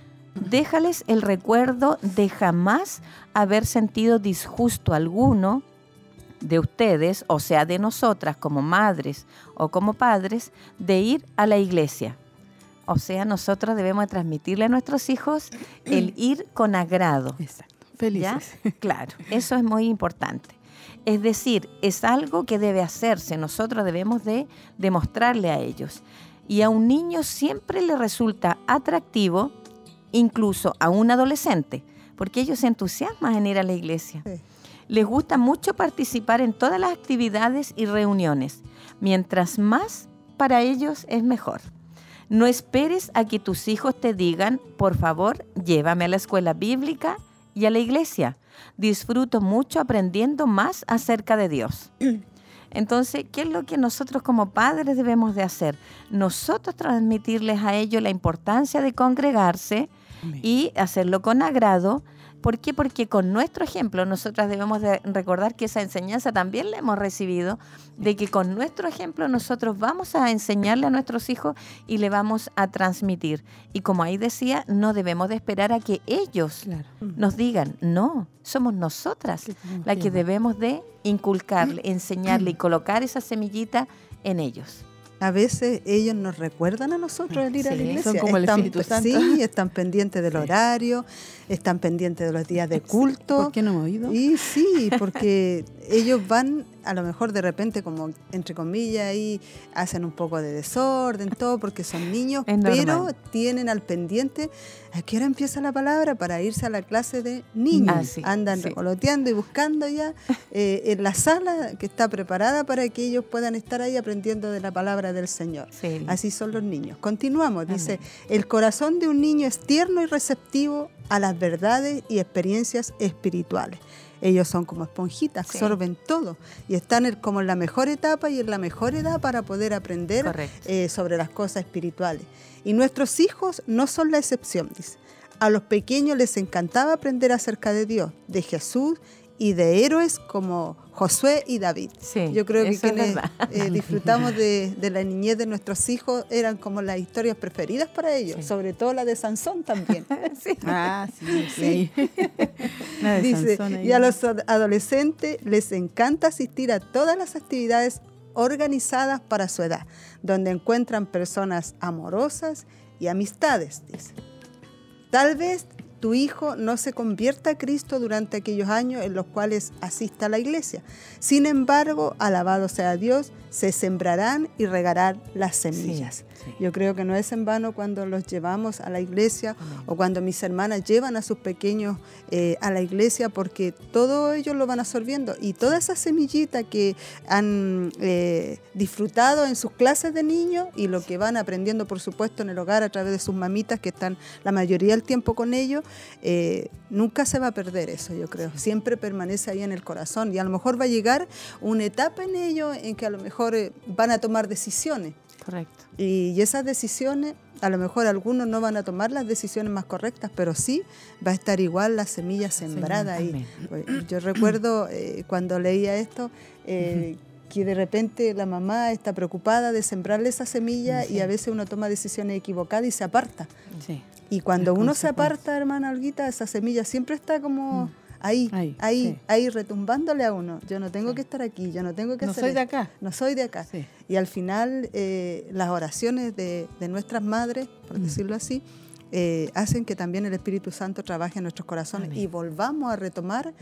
Déjales el recuerdo de jamás haber sentido disgusto alguno de ustedes, o sea, de nosotras como madres o como padres, de ir a la iglesia. O sea, nosotros debemos transmitirle a nuestros hijos el ir con agrado. Exacto. Felices. ¿Ya? Claro, eso es muy importante. Es decir, es algo que debe hacerse. Nosotros debemos de demostrarle a ellos. Y a un niño siempre le resulta atractivo, incluso a un adolescente, porque ellos se entusiasman en ir a la iglesia. Sí. Les gusta mucho participar en todas las actividades y reuniones. Mientras más, para ellos es mejor. No esperes a que tus hijos te digan, por favor, llévame a la escuela bíblica y a la iglesia. Disfruto mucho aprendiendo más acerca de Dios. Entonces, ¿qué es lo que nosotros como padres debemos de hacer? Nosotros transmitirles a ellos la importancia de congregarse. Amén. Y hacerlo con agrado. ¿Por qué? Porque con nuestro ejemplo nosotras debemos de recordar que esa enseñanza también la hemos recibido, de que con nuestro ejemplo nosotros vamos a enseñarle a nuestros hijos y le vamos a transmitir. Y como ahí decía, no debemos de esperar a que ellos claro. nos digan, no, somos nosotras las que debemos de inculcarle, enseñarle y colocar esa semillita en ellos. A veces ellos nos recuerdan a nosotros el ir sí, a la iglesia. Son como están, el Espíritu Santo. Sí, están pendientes del sí. horario, están pendientes de los días de culto. ¿Por qué no hemos oído? Y sí, porque ellos van, a lo mejor de repente, como entre comillas, ahí hacen un poco de desorden, todo, porque son niños, pero tienen al pendiente a qué hora empieza la palabra para irse a la clase de niños. Ah, sí, Andan sí. revoloteando y buscando ya eh, en la sala que está preparada para que ellos puedan estar ahí aprendiendo de la palabra del Señor. Sí. Así son los niños. Continuamos, Amén. Dice, el corazón de un niño es tierno y receptivo a las verdades y experiencias espirituales. Ellos son como esponjitas, sí. absorben todo y están en, como en la mejor etapa y en la mejor edad para poder aprender eh, sobre las cosas espirituales. Y nuestros hijos no son la excepción, dice. A los pequeños les encantaba aprender acerca de Dios, de Jesús y de héroes como Josué y David. Sí, yo creo que quienes eh, disfrutamos de, de la niñez de nuestros hijos eran como las historias preferidas para ellos, sí. sobre todo la de Sansón también. sí. Ah, sí, sí. sí. La de Dice, Sansón ahí. Y a los adolescentes les encanta asistir a todas las actividades organizadas para su edad, donde encuentran personas amorosas y amistades, dice. Tal vez tu hijo no se convierta a Cristo durante aquellos años en los cuales asista a la iglesia. Sin embargo, alabado sea Dios, se sembrarán y regarán las semillas. Sí, sí. Yo creo que no es en vano cuando los llevamos a la iglesia Amén. O cuando mis hermanas llevan a sus pequeños eh, a la iglesia, porque todo ellos lo van absorbiendo y toda esa semillita que han eh, disfrutado en sus clases de niños y lo que van aprendiendo, por supuesto, en el hogar a través de sus mamitas que están la mayoría del tiempo con ellos, eh, nunca se va a perder eso, yo creo. Siempre permanece ahí en el corazón y a lo mejor va a llegar una etapa en ellos en que a lo mejor van a tomar decisiones. Correcto. Y, y esas decisiones, a lo mejor algunos no van a tomar las decisiones más correctas, pero sí va a estar igual la semilla sembrada sí, ahí. Pues, yo recuerdo eh, cuando leía esto, eh, uh-huh. que de repente la mamá está preocupada de sembrarle esa semilla sí. y a veces uno toma decisiones equivocadas y se aparta. Sí. Y cuando uno se aparta, hermana Olguita, esa semilla siempre está como... Mm. Ahí, ahí, ahí, sí. ahí retumbándole a uno. Yo no tengo sí. que estar aquí, yo no tengo que no hacer soy esto. de acá. No soy de acá. Sí. Y al final eh, las oraciones de, de nuestras madres, por mm. decirlo así, eh, hacen que también el Espíritu Santo trabaje en nuestros corazones Amén. Y volvamos a retomar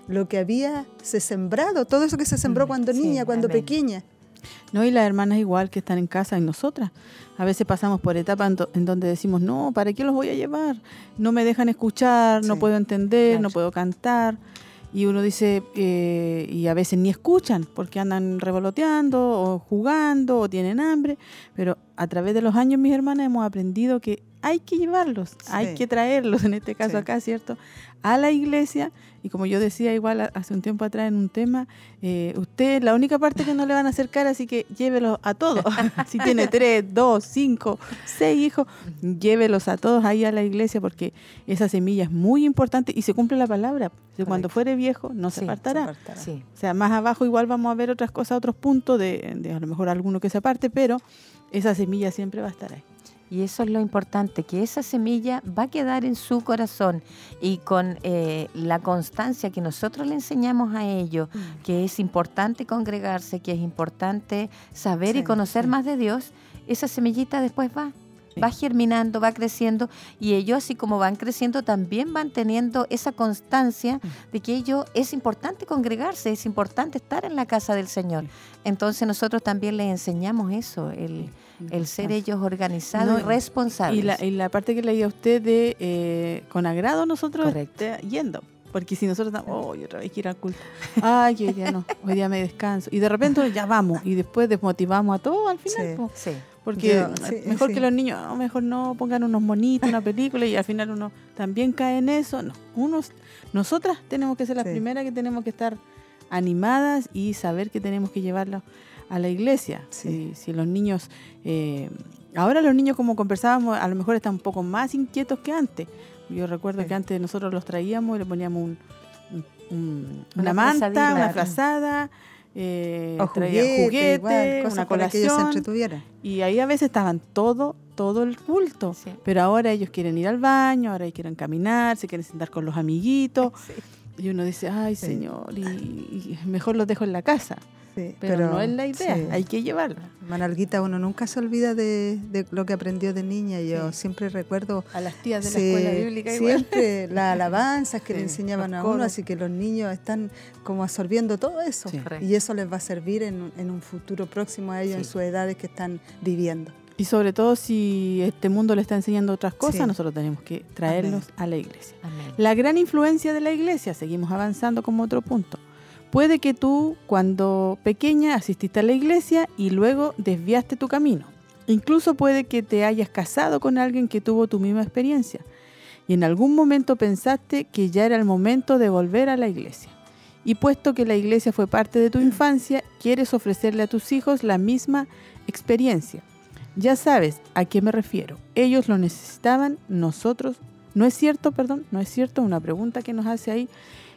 lo que había se sembrado, todo eso que se sembró cuando Sí, niña, cuando amén. pequeña. No, y las hermanas igual que están en casa y nosotras. A veces pasamos por etapas en, do- en donde decimos, no, ¿para qué los voy a llevar? No me dejan escuchar, no Sí, puedo entender, claro. no puedo cantar. Y uno dice, eh, y a veces ni escuchan porque andan revoloteando o jugando o tienen hambre. Pero a través de los años, mis hermanas, hemos aprendido que hay que llevarlos, hay Sí. que traerlos, en este caso Sí. acá, ¿cierto?, a la iglesia. Y como yo decía igual a- hace un tiempo atrás en un tema, eh, usted es la única parte que no le van a acercar, así que llévelos a todos. Si tiene tres, dos, cinco, seis hijos, llévelos a todos ahí a la iglesia, porque esa semilla es muy importante y se cumple la palabra. Si cuando Correcto. fuere viejo, no se Sí, apartará. Se apartará. Sí. O sea, más abajo igual vamos a ver otras cosas, otros puntos, de, de a lo mejor alguno que se aparte, pero esa semilla siempre va a estar ahí. Y eso es lo importante, que esa semilla va a quedar en su corazón y con eh, la constancia que nosotros le enseñamos a ellos, que es importante congregarse, que es importante saber y Sí, conocer sí. más de Dios, esa semillita después va, Sí. va germinando, va creciendo y ellos así como van creciendo también van teniendo esa constancia de que ellos es importante congregarse, es importante estar en la casa del Señor. Entonces nosotros también les enseñamos eso, el, el ser ellos organizados No, y responsables. Y la, y la parte que leía usted de eh, con agrado nosotros Correcto. esté yendo. Porque si nosotros estamos, oh, otra vez que ir al culto. Ay, que hoy día no, hoy día me descanso. Y de repente ya vamos. Y después desmotivamos a todos al final. Sí. po. Sí. Porque Yo, sí, mejor sí. que los niños, "Ah, mejor no, pongan unos monitos, una película", y al final uno también cae en eso. No, unos, nosotras tenemos que ser las Sí. primeras que tenemos que estar animadas y saber que tenemos que llevarlos a la iglesia. Sí. Si, si los niños, eh, ahora los niños, como conversábamos, a lo mejor están un poco más inquietos que antes. Yo recuerdo Sí. que antes nosotros los traíamos y le poníamos un, un- un- Una una manta, frazadita. una frazada, eh, O traía juguete, juguete, igual, cosas una para que ellos se colación. entretuvieran. Y ahí a veces estaban todo, todo el culto. Sí. Pero ahora ellos quieren ir al baño, ahora ellos quieren caminar, se quieren sentar con los amiguitos. Y uno dice, ay, Sí. Señor, y, y mejor los dejo en la casa. Sí, Pero, no es la idea, sí. hay que llevarlos. Manalguita, uno nunca se olvida de, de lo que aprendió de niña. Yo Sí. siempre recuerdo A las tías de la sí, escuela bíblica igual. siempre las alabanzas que Sí, le enseñaban los a uno, coros. así que los niños están como absorbiendo todo eso. Sí. Correcto. Y eso les va a servir en, en un futuro próximo a ellos, en Sí. sus edades que están viviendo. Y sobre todo si este mundo le está enseñando otras cosas, Sí. nosotros tenemos que traerlos a la iglesia. Amén. La gran influencia de la iglesia, seguimos avanzando como otro punto. Puede que tú, cuando pequeña, asististe a la iglesia y luego desviaste tu camino. Incluso puede que te hayas casado con alguien que tuvo tu misma experiencia y en algún momento pensaste que ya era el momento de volver a la iglesia. Y puesto que la iglesia fue parte de tu infancia, quieres ofrecerle a tus hijos la misma experiencia. Ya sabes a qué me refiero. Ellos lo necesitaban, nosotros... ¿No es cierto, perdón? ¿No es cierto? Una pregunta que nos hace ahí.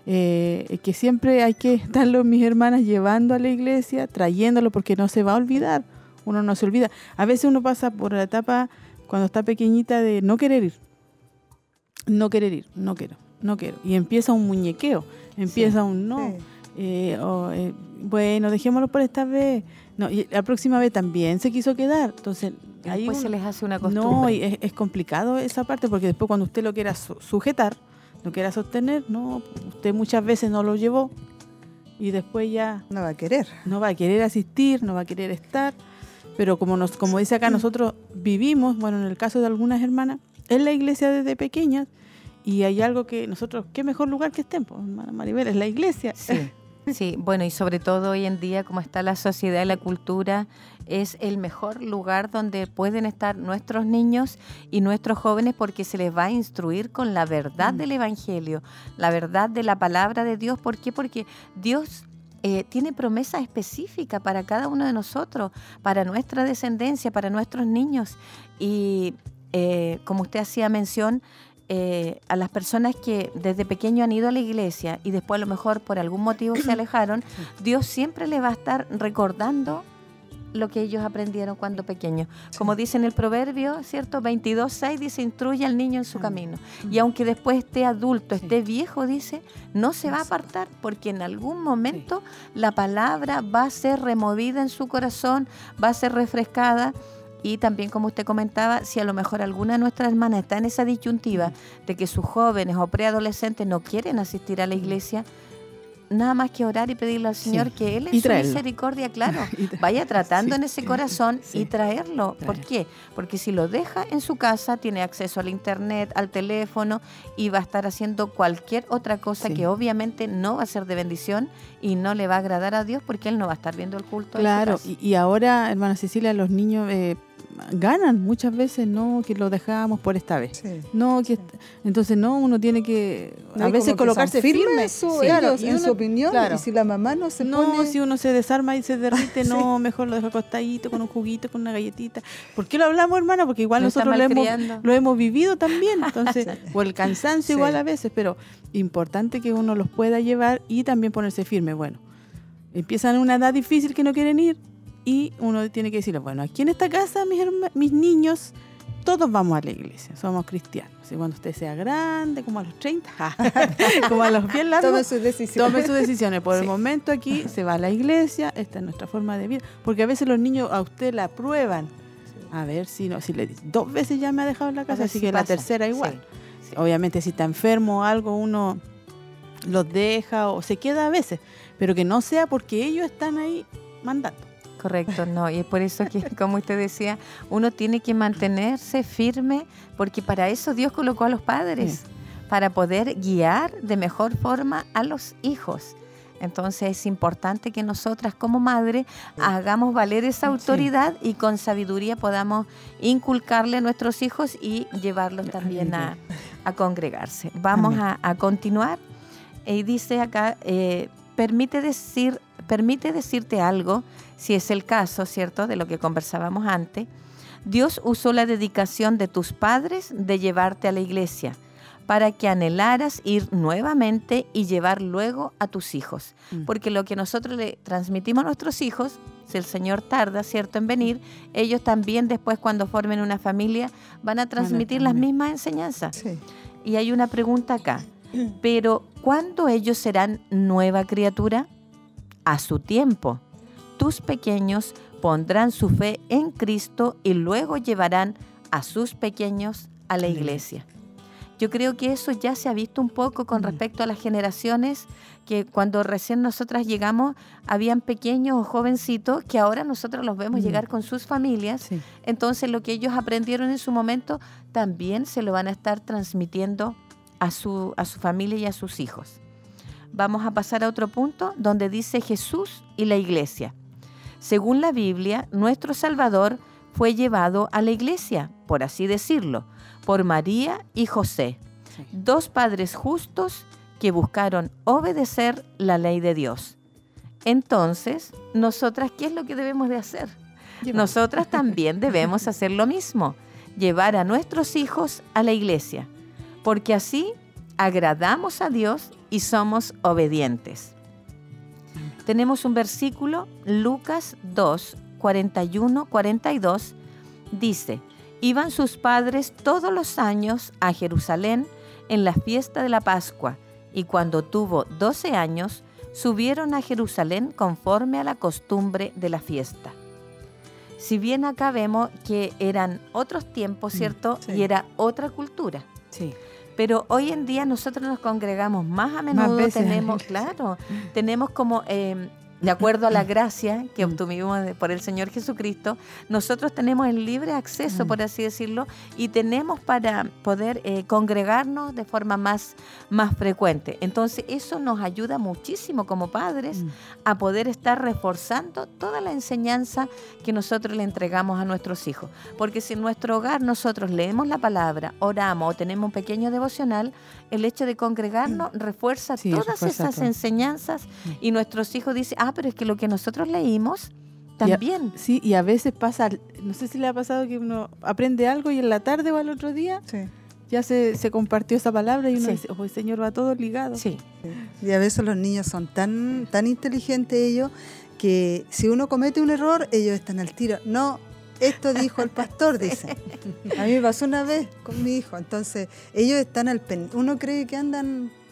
Eh, que siempre hay que estarlo, mis hermanas, llevando a la iglesia, trayéndolo, porque no se va a olvidar. Uno no se olvida. A veces uno pasa por la etapa, cuando está pequeñita, de no querer ir. No querer ir, no quiero, no quiero. Y empieza un muñequeo, empieza un no. Sí. Eh, o, eh, bueno, dejémoslo por esta vez. No, y la próxima vez también se quiso quedar. Entonces, Y ahí después uno- se les hace una costumbre. no, y es, es complicado esa parte, porque después cuando usted lo quiera su- sujetar, lo quiera sostener, no, usted muchas veces no lo llevó y después ya No va a querer. no va a querer asistir, no va a querer estar. Pero como nos, como dice acá, nosotros vivimos, bueno, en el caso de algunas hermanas, en la iglesia desde pequeñas, y hay algo que nosotros, qué mejor lugar que estén, pues, hermana Maribel, es la iglesia. Sí, sí, bueno, y sobre todo hoy en día, como está la sociedad y la cultura, es el mejor lugar donde pueden estar nuestros niños y nuestros jóvenes, porque se les va a instruir con la verdad Mm. del Evangelio, la verdad de la palabra de Dios. ¿Por qué? Porque Dios eh, tiene promesas específicas para cada uno de nosotros, para nuestra descendencia, para nuestros niños. Y eh, como usted hacía mención, Eh, a las personas que desde pequeño han ido a la iglesia y después a lo mejor por algún motivo se alejaron, Dios siempre le va a estar recordando lo que ellos aprendieron cuando pequeños. Como dice en el proverbio, ¿cierto? veintidós seis dice, instruye al niño en su camino. Y aunque después esté adulto, esté viejo, dice, no se va a apartar, porque en algún momento la palabra va a ser removida en su corazón, va a ser refrescada. Y también, como usted comentaba, si a lo mejor alguna de nuestras hermanas está en esa disyuntiva de que sus jóvenes o preadolescentes no quieren asistir a la iglesia, nada más que orar y pedirle al Señor Sí. que Él en Y su traerlo. misericordia, claro, Y tra- vaya tratando Sí. en ese corazón Sí. y traerlo. ¿Por Traer. qué? Porque si lo deja en su casa, tiene acceso al internet, al teléfono y va a estar haciendo cualquier otra cosa Sí. que obviamente no va a ser de bendición y no le va a agradar a Dios porque Él no va a estar viendo el culto en su Claro, casa. y, y ahora, hermana Cecilia, los niños eh, ganan muchas veces, no que lo dejamos por esta vez. Sí. No, que est- entonces no, uno tiene que No, a y veces como que colocarse son firmes firme. en su, Sí. Claro, ellos, y en uno- su opinión, claro. y si la mamá no se No, pone... si uno se desarma y se derrite, no, mejor lo dejo acostadito con un juguito, con una galletita. ¿Por qué lo hablamos, hermana? Porque igual Lo está nosotros lo hemos, malcriando. lo hemos vivido también, entonces, o el cansancio Sí. igual a veces, pero importante que uno los pueda llevar y también ponerse firme. Bueno, empiezan una edad difícil que no quieren ir y uno tiene que decirles, bueno, aquí en esta casa, mis, herma- mis niños, todos vamos a la iglesia, somos cristianos. Y cuando usted sea grande, como a los treinta, como a los bien largos, Tome sus decisiones. tome sus decisiones. Por el Sí. momento aquí se va a la iglesia, esta es nuestra forma de vida. Porque a veces los niños a usted la prueban. A ver si no, si le dice, dos veces ya me ha dejado en la casa, ver así si que la pasa. tercera igual. Sí, sí. Obviamente si está enfermo o algo, uno los deja o se queda a veces, pero que no sea porque ellos están ahí mandando. Correcto, no, y es por eso que, como usted decía, uno tiene que mantenerse firme, porque para eso Dios colocó a los padres, Sí. para poder guiar de mejor forma a los hijos. Entonces es importante que nosotras como madre hagamos valer esa autoridad y con sabiduría podamos inculcarle a nuestros hijos y llevarlos también a, a congregarse. Vamos a, a continuar. Y dice acá, eh, permite decir, permite decirte algo, si es el caso, ¿cierto?, de lo que conversábamos antes. Dios usó la dedicación de tus padres de llevarte a la iglesia para que anhelaras ir nuevamente y llevar luego a tus hijos. Mm. Porque lo que nosotros le transmitimos a nuestros hijos, si el Señor tarda, ¿cierto?, en venir, ellos también después cuando formen una familia van a transmitir las también. mismas enseñanzas. Sí. Y hay una pregunta acá. Pero, ¿cuándo ellos serán nueva criatura? A su tiempo. Tus pequeños pondrán su fe en Cristo y luego llevarán a sus pequeños a la iglesia. Yo creo que eso ya se ha visto un poco con Mm. respecto a las generaciones, que cuando recién nosotras llegamos, habían pequeños o jovencitos que ahora nosotros los vemos Mm. llegar con sus familias. Sí. Entonces lo que ellos aprendieron en su momento también se lo van a estar transmitiendo a su, a su familia y a sus hijos. Vamos a pasar a otro punto donde dice Jesús y la iglesia. Según la Biblia, nuestro Salvador fue llevado a la iglesia, por así decirlo, por María y José, Sí. dos padres justos que buscaron obedecer la ley de Dios. Entonces, nosotras, ¿qué es lo que debemos de hacer? Nosotras también debemos hacer lo mismo, llevar a nuestros hijos a la iglesia, porque así agradamos a Dios y somos obedientes. Tenemos un versículo, Lucas dos, cuarenta y uno, cuarenta y dos, dice, iban sus padres todos los años a Jerusalén en la fiesta de la Pascua, y cuando tuvo doce años, subieron a Jerusalén conforme a la costumbre de la fiesta. Si bien acá vemos que eran otros tiempos, ¿cierto? sí. Y era otra cultura. Sí. Pero hoy en día nosotros nos congregamos más a menudo, veces a la tenemos, iglesia. claro, tenemos como, eh, de acuerdo a la gracia que obtuvimos de- por el Señor Jesucristo, nosotros tenemos el libre acceso, Mm. por así decirlo, y tenemos para poder eh, congregarnos de forma más, más frecuente. Entonces eso nos ayuda muchísimo como padres Mm. a poder estar reforzando toda la enseñanza que nosotros le entregamos a nuestros hijos. Porque si en nuestro hogar nosotros leemos la palabra, oramos o tenemos un pequeño devocional, el hecho de congregarnos refuerza Sí, todas refuerza esas todo. enseñanzas y nuestros hijos dicen, ah, pero es que lo que nosotros leímos también. Sí, y a veces pasa, no sé si le ha pasado que uno aprende algo y en la tarde o al otro día Sí. ya se, se compartió esa palabra y uno Sí. dice, oh, Señor, va todo ligado. Sí, Y a veces los niños son tan, tan inteligentes ellos que si uno comete un error, ellos están al tiro. No, esto dijo el pastor, dicen. A mí me pasó una vez con mi hijo. Entonces, ellos están al pen. Uno cree que andan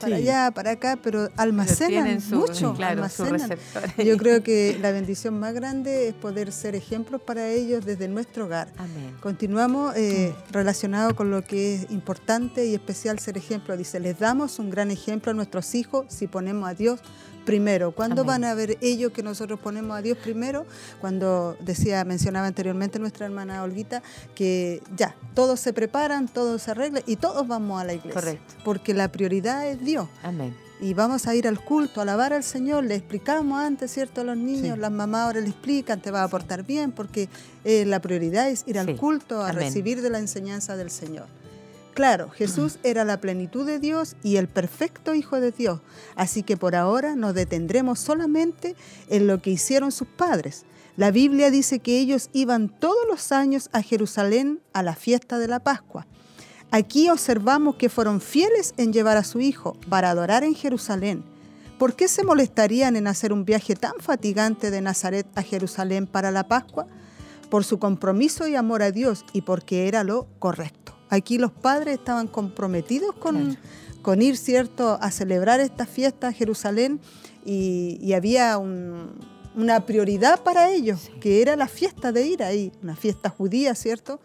para Sí. allá, para acá, pero almacenan tienen su- mucho. claro, su almacenan. receptor. Yo creo que la bendición más grande es poder ser ejemplos para ellos desde nuestro hogar. Amén. Continuamos eh, relacionado con lo que es importante y especial ser ejemplo. Dice, les damos un gran ejemplo a nuestros hijos si ponemos a Dios primero. ¿Cuándo Amén. van a ver ellos que nosotros ponemos a Dios primero? Cuando decía, mencionaba anteriormente nuestra hermana Olguita, que ya, todos se preparan, todos se arreglan y todos vamos a la iglesia. Correcto. Porque la prioridad es Dios. Amén. Y vamos a ir al culto, a alabar al Señor. Le explicamos antes, ¿cierto? A los niños, Sí. las mamás ahora le explican, te vas a portar bien, porque eh, la prioridad es ir Sí. al culto, a Amén. recibir de la enseñanza del Señor. Claro, Jesús era la plenitud de Dios y el perfecto Hijo de Dios. Así que por ahora nos detendremos solamente en lo que hicieron sus padres. La Biblia dice que ellos iban todos los años a Jerusalén a la fiesta de la Pascua. Aquí observamos que fueron fieles en llevar a su hijo para adorar en Jerusalén. ¿Por qué se molestarían en hacer un viaje tan fatigante de Nazaret a Jerusalén para la Pascua? Por su compromiso y amor a Dios y porque era lo correcto. Aquí los padres estaban comprometidos con, Claro. con ir, ¿cierto?, a celebrar esta fiesta a Jerusalén y, y había un, una prioridad para ellos, Sí. que era la fiesta de ir ahí, una fiesta judía, ¿cierto?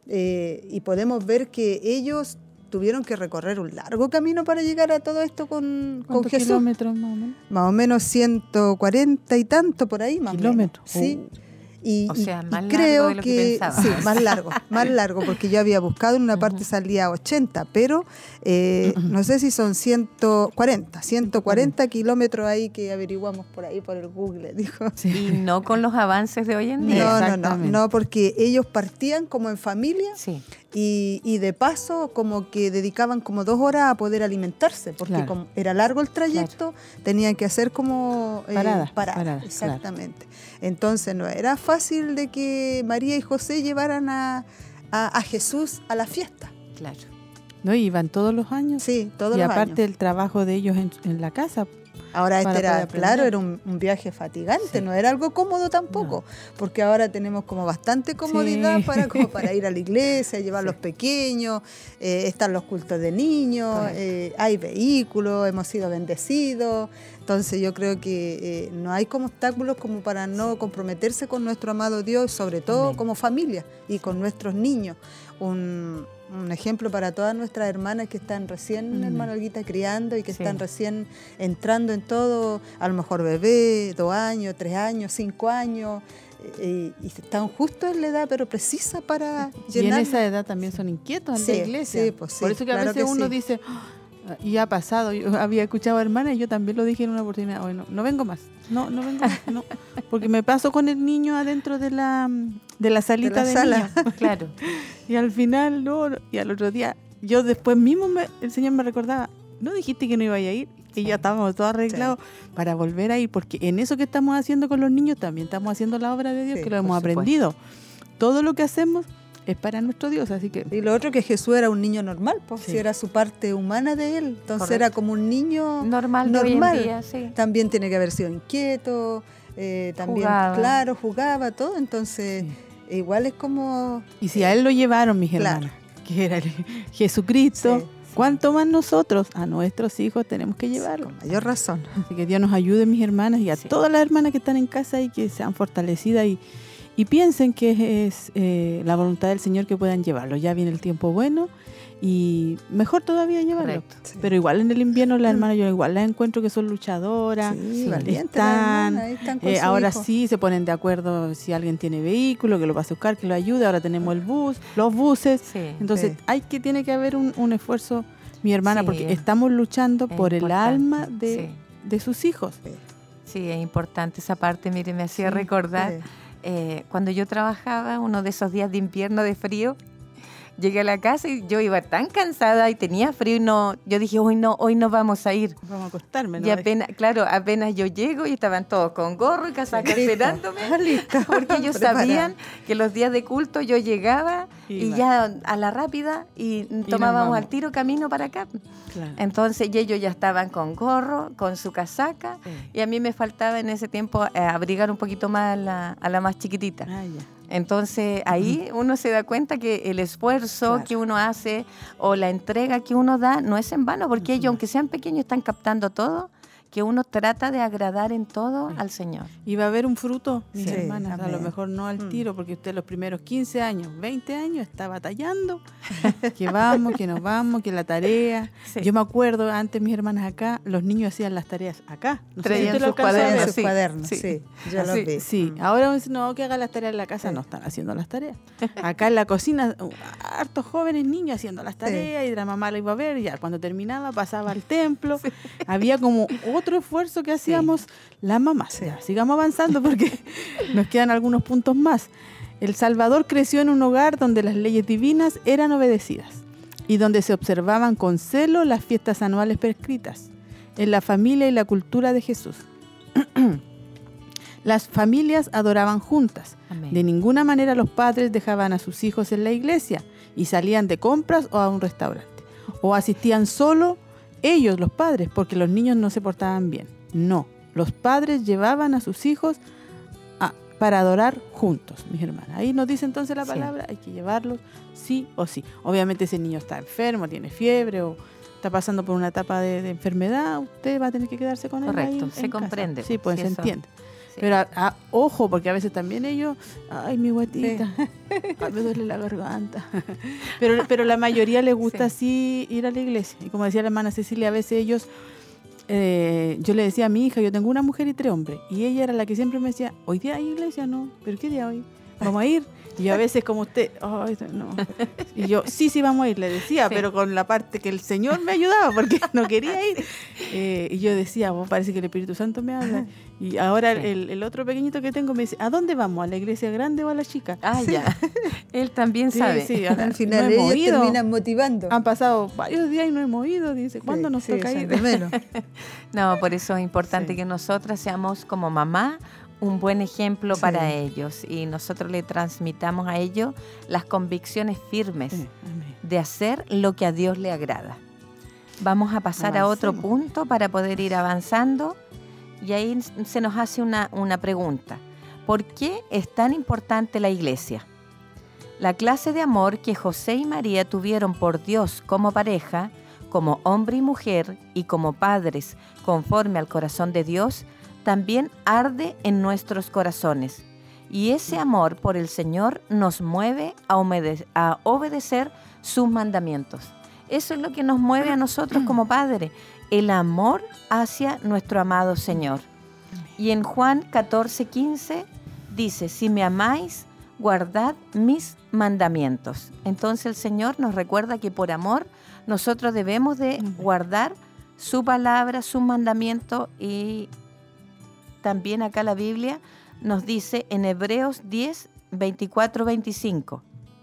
Eh, y podemos ver que ellos tuvieron que recorrer un largo camino para llegar a todo esto con, con ¿Cuántos Jesús. kilómetros más o menos? Más o menos ciento cuarenta y tanto por ahí, más Kilómetros. o menos. Sí. Y, O y- sea, y más largo creo de lo que que, pensaba. sí, más largo, más largo, porque yo había buscado en una parte salía ochenta, pero eh, no sé si son ciento cuarenta, ciento cuarenta kilómetros ahí que averiguamos por ahí por el Google, dijo. Y no con los avances de hoy en día. No, no, no, Exactamente. no, porque ellos partían como en familia Sí, y, y de paso como que dedicaban como dos horas a poder alimentarse, porque Claro. como era largo el trayecto, tenían que hacer como eh, Paradas, paradas, paradas, exactamente. Entonces no era fácil de que María y José llevaran a, a, a Jesús a la fiesta. claro. ¿No? Y iban todos los años. Sí, todos y los aparte años. el trabajo de ellos en, en la casa. Ahora para este era, poder aprender. claro, era un, un viaje fatigante, Sí. no era algo cómodo tampoco, porque ahora tenemos como bastante comodidad Sí. para, como para ir a la iglesia, llevar los pequeños, eh, están los cultos de niños, Correcto. eh, hay vehículos, hemos sido bendecidos, entonces yo creo que eh, no hay como obstáculos como para no comprometerse con nuestro amado Dios, sobre todo Amén. como familia y con nuestros niños. Un, un ejemplo para todas nuestras hermanas que están recién, Mm. hermana Olguita, criando y que Sí. están recién entrando en todo, a lo mejor bebé, dos años, tres años, cinco años, eh, y, y están justo en la edad, pero precisa para Y en llenar. esa edad también son inquietos en Sí, la iglesia. sí, pues sí, Por eso que a claro veces que uno sí. dice, "Ah", y ha pasado, yo había escuchado a hermanas y yo también lo dije en una oportunidad, hoy no, no vengo más, no, no vengo más, no, porque me paso con el niño adentro de la, de la salita de, sala. niños. Claro. Y al final, no, y al otro día, yo después mismo, me- el Señor me recordaba, ¿no dijiste que no iba a ir? Y ya estábamos todos arreglados para volver a ir, porque en eso que estamos haciendo con los niños también estamos haciendo la obra de Dios, Sí, que lo por hemos supuesto. aprendido. Todo lo que hacemos es para nuestro Dios, así que Y lo otro que Jesús era un niño normal, pues Sí. si era su parte humana de él, entonces Correcto. era como un niño Normal de hoy normal. en día, sí. También tiene que haber sido inquieto, eh, también, Jugaba. claro, jugaba, todo, entonces igual es como... Y si a él lo llevaron, mis Claro. hermanos, que era el Jesucristo, Sí, sí. ¿cuánto más nosotros, a nuestros hijos, tenemos que llevarlo? Con mayor razón. Así que Dios nos ayude, mis hermanas, y a Sí. todas las hermanas que están en casa y que sean fortalecidas y, y piensen que es eh, la voluntad del Señor que puedan llevarlo. Ya viene el tiempo bueno y mejor todavía llevarlo. Correcto. Sí. Pero igual en el invierno las hermanas yo igual las encuentro que son luchadoras. Sí, sí, valiente la están, hermana, ahí están con Eh, su ahora hijo. sí se ponen de acuerdo si alguien tiene vehículo, que lo pase a buscar, que lo ayude. Ahora tenemos el bus, los buses. Sí. Entonces Sí. hay que tiene que haber un, un esfuerzo, mi hermana, Sí, porque es- estamos luchando es por el importante, alma de, sí. de sus hijos. Sí, es importante esa parte. Mire, me hacía Sí, recordar Sí. eh, cuando yo trabajaba, uno de esos días de invierno de frío, llegué a la casa y yo iba tan cansada y tenía frío y no, yo dije, hoy no, hoy no vamos a ir. Vamos a acostarme, ¿no? Y apenas, claro, apenas yo llego y estaban todos con gorro y casaca Listo. esperándome. Ah, listo. Porque ellos Preparada. sabían que los días de culto yo llegaba y Iba. ya a la rápida y tomábamos vamos. al tiro camino para acá. Claro. Entonces y ellos ya estaban con gorro, con su casaca Sí. y a mí me faltaba en ese tiempo eh, abrigar un poquito más a la, a la más chiquitita. Ah, ya. Entonces ahí uno se da cuenta que el esfuerzo Claro. que uno hace o la entrega que uno da no es en vano, porque ellos, aunque sean pequeños, están captando todo, que uno trata de agradar en todo al Señor. Y va a haber un fruto, mis Sí, hermanas, a lo amén. mejor no al Mm. tiro, porque usted los primeros quince años, veinte años está batallando, que vamos, que nos vamos, que la tarea. Sí. Yo me acuerdo, antes mis hermanas acá, los niños hacían las tareas acá. No sé si Traían usted lo sus alcanzó a ver. cuadernos, sus sí, cuadernos, sí. sí, yo los Sí, vi. sí. Mm. Ahora uno dice, no, que haga las tareas en la casa, Sí. no están haciendo las tareas. Acá en la cocina, uh, hartos jóvenes niños haciendo las tareas y la mamá la iba a ver y ya cuando terminaba pasaba al templo. Había como otro esfuerzo que hacíamos las mamás. Sí. Ya, sigamos avanzando porque nos quedan algunos puntos más. El Salvador creció en un hogar donde las leyes divinas eran obedecidas y donde se observaban con celo las fiestas anuales prescritas en la familia y la cultura de Jesús. Las familias adoraban juntas. Amén. De ninguna manera los padres dejaban a sus hijos en la iglesia y salían de compras o a un restaurante. O asistían solo ellos, los padres, porque los niños no se portaban bien. No, los padres llevaban a sus hijos a- para adorar juntos, mis hermanas. Ahí nos dice entonces la Sí. palabra, hay que llevarlos sí o sí. Obviamente ese niño está enfermo, tiene fiebre o está pasando por una etapa de, de enfermedad, usted va a tener que quedarse con él ahí Correcto, en se casa. comprende, Sí, pues sí, se eso. entiende. Sí. Pero a- a- ojo, porque a veces también ellos, ay, mi guatita, ay, me duele la garganta. Pero, pero la mayoría les gusta así ir a la iglesia. Y como decía la hermana Cecilia, a veces ellos, eh, yo le decía a mi hija, yo tengo una mujer y tres hombres. Y ella era la que siempre me decía, ¿hoy día hay iglesia? No, ¿pero qué día hoy? ¿Vamos a ir? Y yo a veces como usted, ay, no. Y yo, sí, sí, vamos a ir, le decía, Sí. pero con la parte que el Señor me ayudaba, porque no quería ir. Eh, y yo decía, vos parece que el Espíritu Santo me habla. Y ahora Sí. el, el otro pequeñito que tengo me dice, ¿a dónde vamos? ¿A la iglesia grande o a la chica? Ah, ya. Él también Sí, sabe. sí, ahora Al final no hemos ellos ido. terminan motivando. Han pasado varios días y no hemos ido. Dice, ¿cuándo Sí, nos sí, toca echan ir? de menos. No, por eso es importante Sí. que nosotras seamos como mamá un buen ejemplo Sí. para ellos y nosotros le transmitamos a ellos las convicciones firmes Sí, amén. de hacer lo que a Dios le agrada. Vamos a pasar a otro Avancemos. punto para poder ir avanzando y ahí se nos hace una, una pregunta. ¿Por qué es tan importante la iglesia? La clase de amor que José y María tuvieron por Dios como pareja, como hombre y mujer y como padres conforme al corazón de Dios, también arde en nuestros corazones. Y ese amor por el Señor nos mueve a, obede- a obedecer sus mandamientos. Eso es lo que nos mueve a nosotros como padres, el amor hacia nuestro amado Señor. Y en Juan catorce, quince dice, si me amáis, guardad mis mandamientos. Entonces el Señor nos recuerda que por amor nosotros debemos de guardar su palabra, sus mandamientos, y también acá la Biblia nos dice en Hebreos diez, veinticuatro, veinticinco.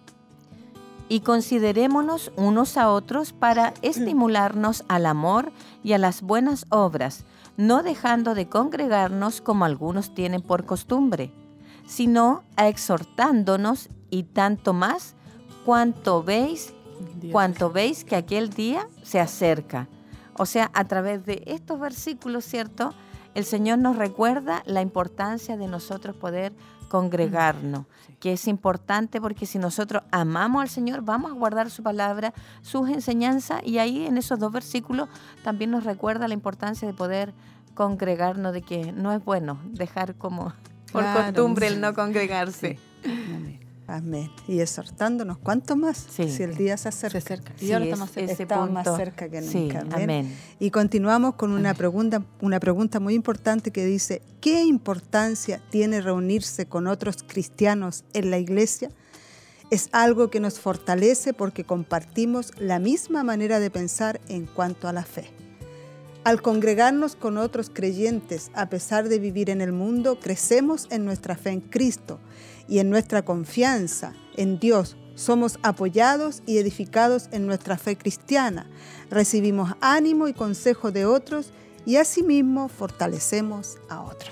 Y considerémonos unos a otros para estimularnos al amor y a las buenas obras, no dejando de congregarnos como algunos tienen por costumbre, sino a exhortándonos, y tanto más cuanto veis, Dios. cuanto veis que aquel día se acerca. O sea, a través de estos versículos, ¿cierto?, el Señor nos recuerda la importancia de nosotros poder congregarnos, que es importante porque si nosotros amamos al Señor, vamos a guardar su palabra, sus enseñanzas, y ahí en esos dos versículos también nos recuerda la importancia de poder congregarnos, de que no es bueno dejar como por Claro, costumbre sí. el no congregarse. Amén. Amén. Y exhortándonos, ¿cuánto más? Sí. Si el día se Se acerca. acerca. Y Sí, ahora está es- más cerca. ese Estamos más punto. cerca que Sí, nunca. amén. Y continuamos con una pregunta, una pregunta muy importante que dice, ¿qué importancia tiene reunirse con otros cristianos en la iglesia? Es algo que nos fortalece porque compartimos la misma manera de pensar en cuanto a la fe. Al congregarnos con otros creyentes, a pesar de vivir en el mundo, crecemos en nuestra fe en Cristo y en nuestra confianza en Dios. Somos apoyados y edificados en nuestra fe cristiana. Recibimos ánimo y consejo de otros y asimismo fortalecemos a otros.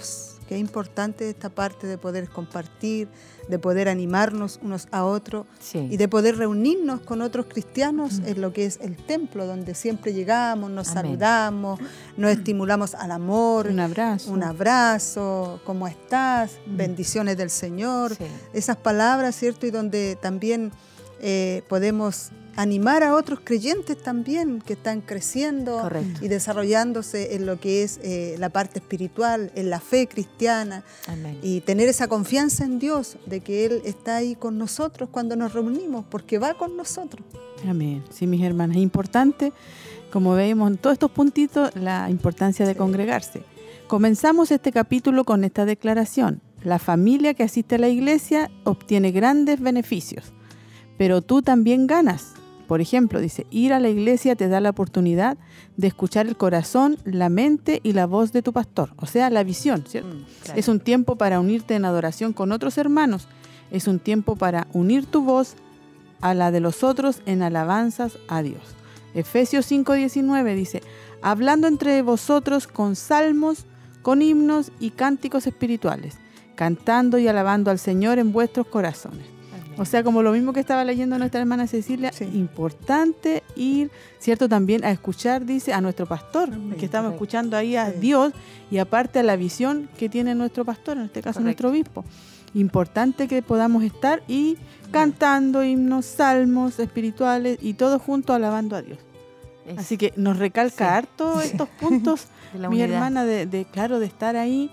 que es importante esta parte de poder compartir, de poder animarnos unos a otros Sí. y de poder reunirnos con otros cristianos en lo que es el templo, donde siempre llegamos, nos Amén. saludamos, nos estimulamos al amor, Un abrazo. un abrazo, ¿cómo estás? Mm. Bendiciones del Señor, Sí. esas palabras, ¿cierto? Y donde también eh, podemos animar a otros creyentes también que están creciendo Correcto. y desarrollándose en lo que es eh, la parte espiritual, en la fe cristiana, Amén. y tener esa confianza en Dios de que Él está ahí con nosotros cuando nos reunimos, porque va con nosotros. Amén. Sí, mis hermanas, es importante, como vemos en todos estos puntitos, la importancia de Sí. congregarse. Comenzamos este capítulo con esta declaración. La familia que asiste a la iglesia obtiene grandes beneficios, pero tú también ganas. Por ejemplo, dice, ir a la iglesia te da la oportunidad de escuchar el corazón, la mente y la voz de tu pastor, o sea, la visión, ¿cierto? Claro. Es un tiempo para unirte en adoración con otros hermanos. Es un tiempo para unir tu voz a la de los otros en alabanzas a Dios. Efesios cinco diecinueve dice, hablando entre vosotros con salmos, con himnos y cánticos espirituales, cantando y alabando al Señor en vuestros corazones. Amén. O sea, como lo mismo que estaba leyendo nuestra hermana Cecilia, Sí. importante ir, ¿cierto? También a escuchar, dice, a nuestro pastor, Amén. que estamos Correcto. escuchando ahí a Sí. Dios y aparte a la visión que tiene nuestro pastor, en este caso Correcto. nuestro obispo. Importante que podamos estar y cantando himnos, salmos espirituales y todo junto alabando a Dios. Es Así que nos recalca Sí. harto estos puntos, de la mi unidad. hermana, de, de, claro, de estar ahí.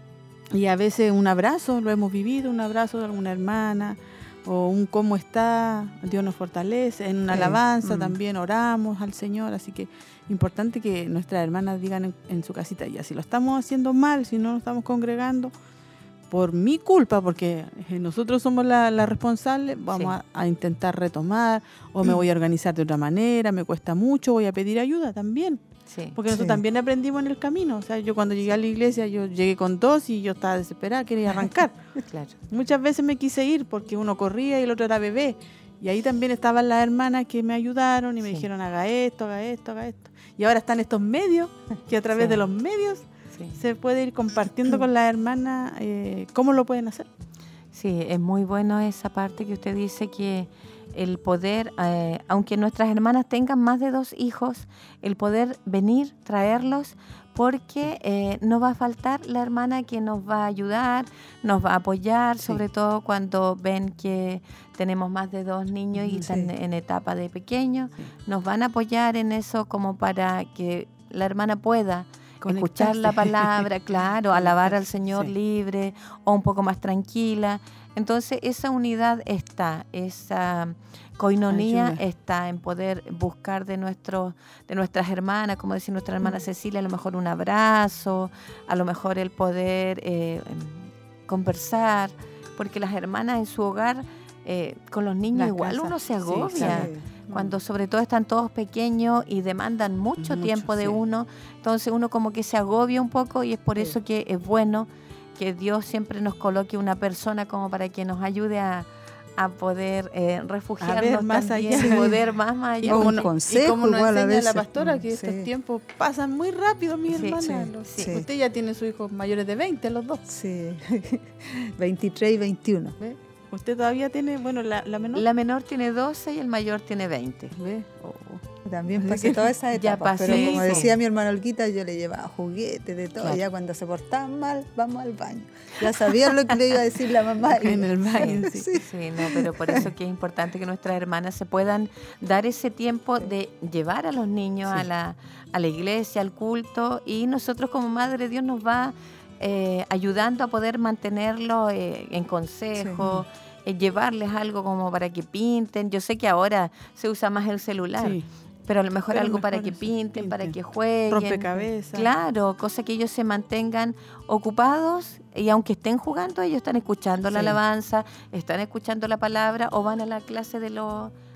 Y a veces un abrazo, lo hemos vivido, un abrazo de alguna hermana, o un cómo está, Dios nos fortalece, en una Sí. alabanza Mm. también oramos al Señor, así que importante que nuestras hermanas digan en, en su casita, ya si lo estamos haciendo mal, si no nos estamos congregando, por mi culpa, porque eh, nosotros somos la, la responsable, vamos Sí. a, a intentar retomar, o me voy a organizar de otra manera, me cuesta mucho, voy a pedir ayuda también. Sí. Porque nosotros Sí. también aprendimos en el camino. O sea, yo cuando llegué a la iglesia, yo llegué con dos y yo estaba desesperada, quería arrancar. Claro. Muchas veces me quise ir porque uno corría y el otro era bebé. Y ahí también estaban las hermanas que me ayudaron y me Sí. dijeron, haga esto, haga esto, haga esto. Y ahora están estos medios, que a través Sí. de los medios Sí. se puede ir compartiendo con las hermanas eh, cómo lo pueden hacer. Sí, es muy bueno esa parte que usted dice, que el poder, eh, aunque nuestras hermanas tengan más de dos hijos, el poder venir, traerlos, porque eh, no va a faltar la hermana que nos va a ayudar, nos va a apoyar, Sí. sobre todo cuando ven que tenemos más de dos niños y Sí. están en etapa de pequeños, nos van a apoyar en eso como para que la hermana pueda escuchar la Conectarse. palabra, claro, alabar al Señor Sí. libre o un poco más tranquila. Entonces esa unidad está, esa coinonía Ayuda. está en poder buscar de nuestros, de nuestras hermanas, como decía nuestra hermana Cecilia, a lo mejor un abrazo, a lo mejor el poder eh, conversar, porque las hermanas en su hogar eh, con los niños La igual casa. uno se Sí, agobia. Sí. Cuando sobre todo están todos pequeños y demandan mucho, Mucho, tiempo de sí. uno, entonces uno como que se agobia un poco y es por Sí. eso que es bueno que Dios siempre nos coloque una persona como para que nos ayude a, a poder eh, refugiarnos más también, allá. poder más, más Y allá. O un como, no- consejo y como nos igual a enseña la veces. pastora, que Sí. estos tiempos pasan muy rápido, mi Sí, hermana. sí, Los- sí. Usted ya tiene sus hijos mayores de veinte, los dos. Sí. veintitrés y veintiuno. ¿Ve? Usted todavía tiene, bueno, la, la menor. La menor tiene doce y el mayor tiene veinte. ¿Ve? Oh. También Así pasé que todas esas ya etapas, pasé, pero como sí. decía mi hermana Olguita, yo le llevaba juguetes de todo, Claro. y ya cuando se portaban mal, vamos al baño. Ya sabían lo que le iba a decir la mamá. y- En el baño, sí. Sí. Sí, no, pero por eso que es importante que nuestras hermanas se puedan dar ese tiempo de llevar a los niños Sí. a, la, a la iglesia, al culto, y nosotros como Madre Dios nos va eh, ayudando a poder mantenerlo eh, en consejo, eh, llevarles algo como para que pinten. Yo sé que ahora se usa más el celular, Sí. pero a lo mejor Pero algo para mejor que eso, pinten, para pinten. que jueguen. Rompecabezas. Claro, cosa que ellos se mantengan ocupados y aunque estén jugando, ellos están escuchando la Sí. alabanza, están escuchando la palabra o van a la clase de los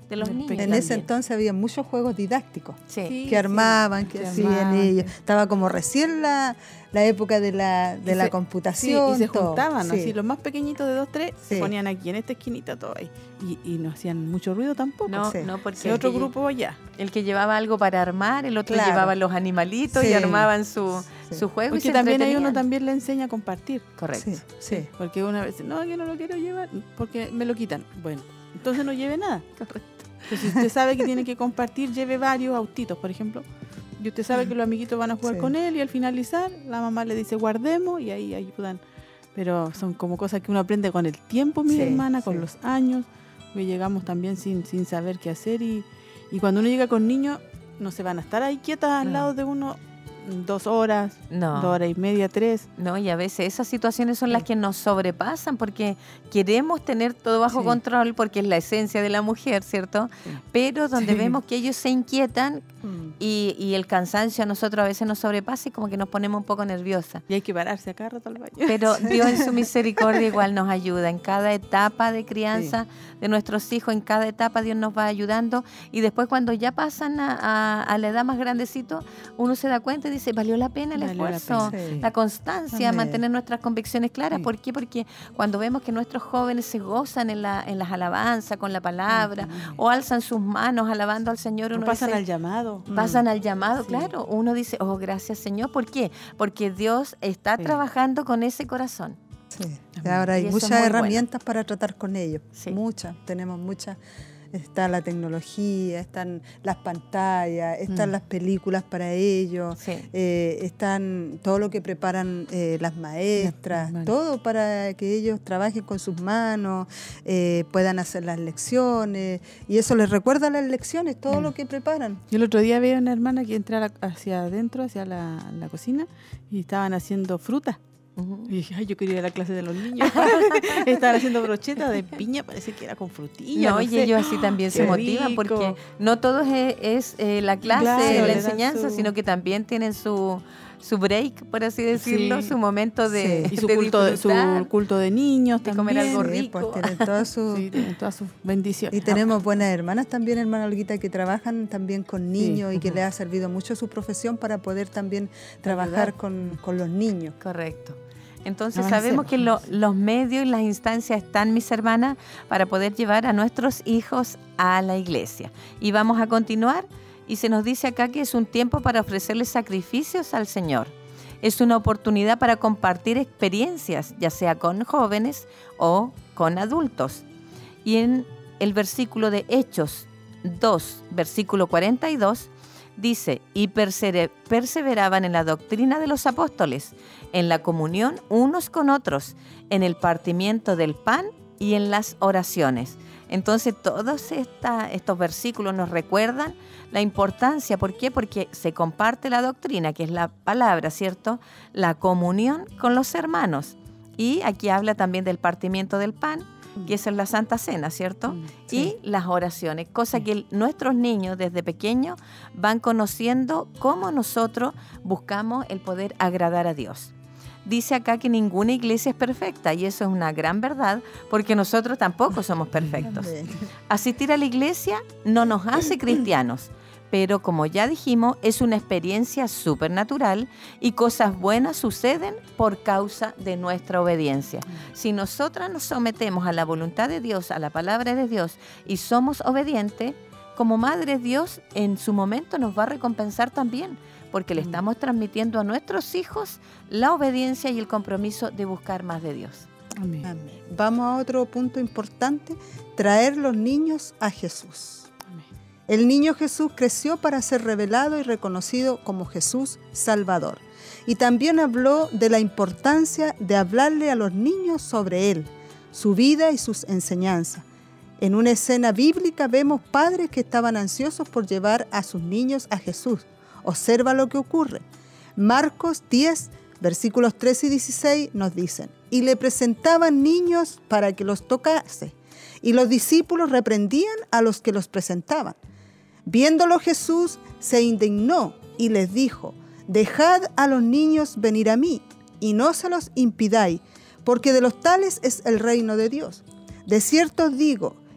de los niños. En también. ese entonces había muchos juegos didácticos Sí. Sí, que armaban, que que hacían armaban, ellos. que- Estaba como recién la, la época de la, de Y la se- computación. Sí, y se todo. juntaban, Sí. así, los más pequeñitos de dos, tres, Sí. se ponían aquí en esta esquinita todo ahí. Y, y no hacían mucho ruido tampoco. No, Sí. no, porque Sí, el otro que- grupo allá. el que llevaba algo para armar, el otro Claro. llevaba los animalitos y Sí. armaban su, Sí. su juego y Porque se también ahí uno entretenían. también le enseña a compartir. Correcto. Sí, sí. Porque una vez, no, yo no lo quiero llevar porque me lo quitan. Bueno, entonces no lleve nada. Correcto. Entonces, si usted sabe que tiene que compartir, lleve varios autitos, por ejemplo. Y usted sabe que los amiguitos van a jugar Sí. con él y al finalizar la mamá le dice guardemos y ahí ayudan. Pero son como cosas que uno aprende con el tiempo, mi Sí, hermana, con sí. los años. Que llegamos también sin, sin saber qué hacer y, y cuando uno llega con niños no se van a estar ahí quietas al No. lado de uno dos horas, No. dos horas y media, tres. No, y a veces esas situaciones son Sí. las que nos sobrepasan porque queremos tener todo bajo Sí. control porque es la esencia de la mujer, ¿cierto? Sí. Pero donde Sí. vemos que ellos se inquietan Mm. y, y el cansancio a nosotros a veces nos sobrepasa y como que nos ponemos un poco nerviosas. Y hay que pararse acá rato al baño. Pero Dios en su misericordia igual nos ayuda en cada etapa de crianza de nuestros hijos, en cada etapa Dios nos va ayudando y después cuando ya pasan a, a- a la edad más grandecito, uno se da cuenta y dice, valió la pena el Valió la esfuerzo, pena. Sí. la constancia, Amén. mantener nuestras convicciones claras. Sí. ¿Por qué? Porque cuando vemos que nuestros jóvenes se gozan en, la, en las alabanzas, con la palabra, Ujú. o alzan sus manos alabando al Señor, O uno pasan dice, al llamado. pasan al llamado, Sí. claro. Uno dice, oh, gracias Señor. ¿Por qué? Porque Dios está Sí. trabajando con ese corazón. Sí. Y Amén. ahora hay Y eso es muchas muy herramientas para tratar con ellos. Sí. Muchas. Tenemos muchas. Está la tecnología, están las pantallas, están Mm. las películas para ellos, Sí. eh, están todo lo que preparan eh, las maestras, Las manos. todo para que ellos trabajen con sus manos, eh, puedan hacer las lecciones y eso les recuerda las lecciones, todo Mm. lo que preparan. Yo el otro día veía una hermana que entraba hacia adentro, hacia la, la cocina, y estaban haciendo fruta. Ujú. Y dije, ay, yo quería ir a la clase de los niños. Estaban haciendo brocheta de piña, parece que era con frutilla. No, no y sé. ellos así también se Qué motivan rico. porque no todo es, es, eh, la clase, Claro, la le dan enseñanza, su- sino que también tienen su, su break, por así decirlo, Sí. su momento de, Sí. Y su de culto, de, su disfrutar. culto de niños de también. comer algo Sí, rico. pues tienen todas sus... Sí, tienen todas sus bendiciones. Y tenemos buenas hermanas también, hermana Olguita, que trabajan también con niños y que ujú. les ha servido mucho su profesión para poder también trabajar con, con los niños. Correcto. Entonces Avancemos, sabemos que lo- avancemos. los medios y las instancias están, mis hermanas, para poder llevar a nuestros hijos a la iglesia. Y vamos a continuar y se nos dice acá que es un tiempo para ofrecerles sacrificios al Señor. Es una oportunidad para compartir experiencias, ya sea con jóvenes o con adultos. Y en el versículo de Hechos dos, versículo cuarenta y dos, dice, y persere- perseveraban en la doctrina de los apóstoles, en la comunión unos con otros, en el partimiento del pan y en las oraciones. Entonces todos esta, estos versículos nos recuerdan la importancia. ¿Por qué? Porque se comparte la doctrina, que es la palabra, ¿cierto? La comunión con los hermanos. Y aquí habla también del partimiento del pan, que es en la Santa Cena, ¿cierto? Mm, Y sí. las oraciones, cosa que nuestros niños desde pequeños van conociendo cómo nosotros buscamos el poder agradar a Dios. Dice acá que ninguna iglesia es perfecta y eso es una gran verdad porque nosotros tampoco somos perfectos. Amén. Asistir a la iglesia no nos hace cristianos, pero como ya dijimos, es una experiencia supernatural y cosas buenas suceden por causa de nuestra obediencia. Si nosotras nos sometemos a la voluntad de Dios, a la palabra de Dios y somos obedientes, como madre Dios en su momento nos va a recompensar también, porque le estamos transmitiendo a nuestros hijos la obediencia y el compromiso de buscar más de Dios. Amén. Amén. Vamos a otro punto importante, traer los niños a Jesús. Amén. El niño Jesús creció para ser revelado y reconocido como Jesús Salvador. Y también habló de la importancia de hablarle a los niños sobre Él, su vida y sus enseñanzas. En una escena bíblica vemos padres que estaban ansiosos por llevar a sus niños a Jesús. Observa lo que ocurre. Marcos diez, versículos trece y dieciséis nos dicen, y le presentaban niños para que los tocase, y los discípulos reprendían a los que los presentaban. Viéndolo Jesús se indignó y les dijo, dejad a los niños venir a mí, y no se los impidáis, porque de los tales es el reino de Dios. De cierto os digo,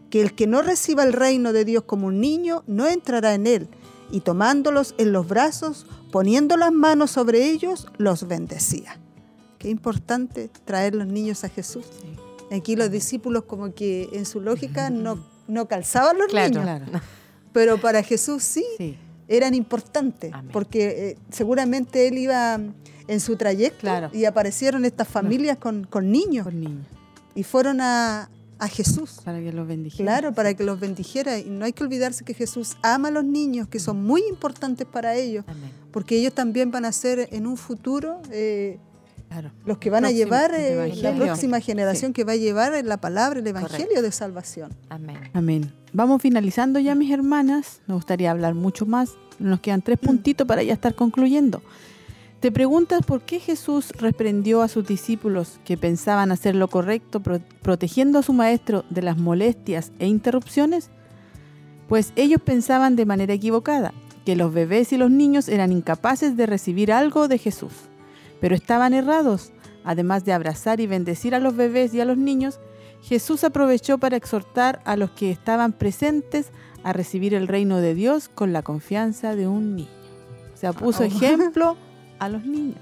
que el que no reciba el reino de Dios como un niño, no entrará en él. Y tomándolos en los brazos, poniendo las manos sobre ellos, los bendecía. Qué importante traer los niños a Jesús. Sí. Aquí los discípulos como que en su lógica no, no calzaban los claro, niños. Claro. Pero para Jesús sí, sí. eran importantes. Amén. Porque eh, seguramente él iba en su trayecto claro. y aparecieron estas familias con, con niños. Con niños. Y fueron a... a Jesús. Para que los bendijera. Claro, para que los bendijera. Y no hay que olvidarse que Jesús ama a los niños, que son muy importantes para ellos. Amén. Porque ellos también van a ser en un futuro eh, claro. los que van Próximo, a llevar, eh, la próxima generación sí. que va a llevar la palabra, el evangelio Correcto. de salvación. Amén. Amén. Vamos finalizando ya, mis hermanas. Nos gustaría hablar mucho más. Nos quedan tres puntitos para ya estar concluyendo. ¿Te preguntas por qué Jesús reprendió a sus discípulos que pensaban hacer lo correcto, pro- protegiendo a su maestro de las molestias e interrupciones? Pues ellos pensaban de manera equivocada que los bebés y los niños eran incapaces de recibir algo de Jesús. Pero estaban errados. Además de abrazar y bendecir a los bebés y a los niños, Jesús aprovechó para exhortar a los que estaban presentes a recibir el reino de Dios con la confianza de un niño. O sea, puso Oh. ejemplo a los niños.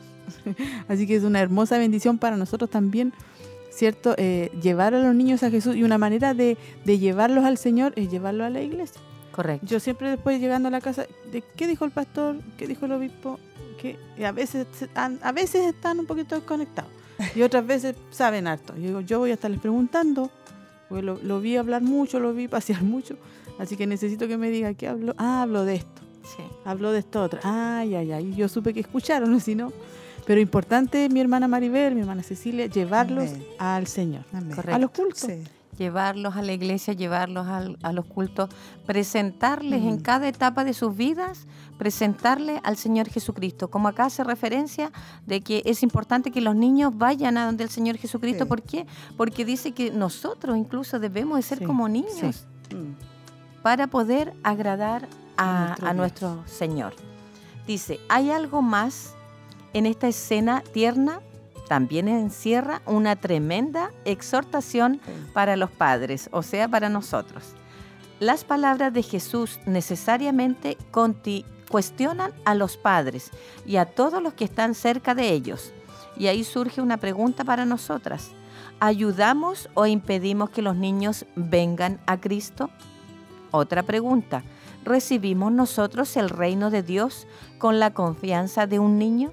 Así que es una hermosa bendición para nosotros también, ¿cierto? Eh, llevar a los niños a Jesús, y una manera de, de llevarlos al Señor es llevarlos a la iglesia. Correcto. Yo siempre después llegando a la casa, de ¿qué dijo el pastor? ¿Qué dijo el obispo? Que a veces a veces están un poquito desconectados y otras veces saben harto. Yo digo, yo voy a estarles preguntando, porque lo, lo vi hablar mucho, lo vi pasear mucho, así que necesito que me diga qué hablo. Ah, hablo de esto. Sí. Habló de esto otro. Ay, ay, ay. Yo supe que escucharon, si no. Pero importante, mi hermana Maribel, mi hermana Cecilia, llevarlos Amén. al Señor. Amén. Correcto. A los cultos. Sí. Llevarlos a la iglesia, llevarlos al, a los cultos, presentarles Mm. en cada etapa de sus vidas, presentarle al Señor Jesucristo. Como acá hace referencia de que es importante que los niños vayan a donde el Señor Jesucristo. Sí. ¿Por qué? Porque dice que nosotros incluso debemos de ser Sí, como niños sí. Mm. para poder agradar a, Nuestro a Dios. nuestro Señor. Dice, ¿hay algo más en esta escena tierna? También encierra una tremenda exhortación Sí. para los padres, o sea, para nosotros. Las palabras de Jesús necesariamente conti- cuestionan a los padres y a todos los que están cerca de ellos. Y ahí surge una pregunta para nosotras. ¿Ayudamos o impedimos que los niños vengan a Cristo? Otra pregunta. ¿Recibimos nosotros el reino de Dios con la confianza de un niño?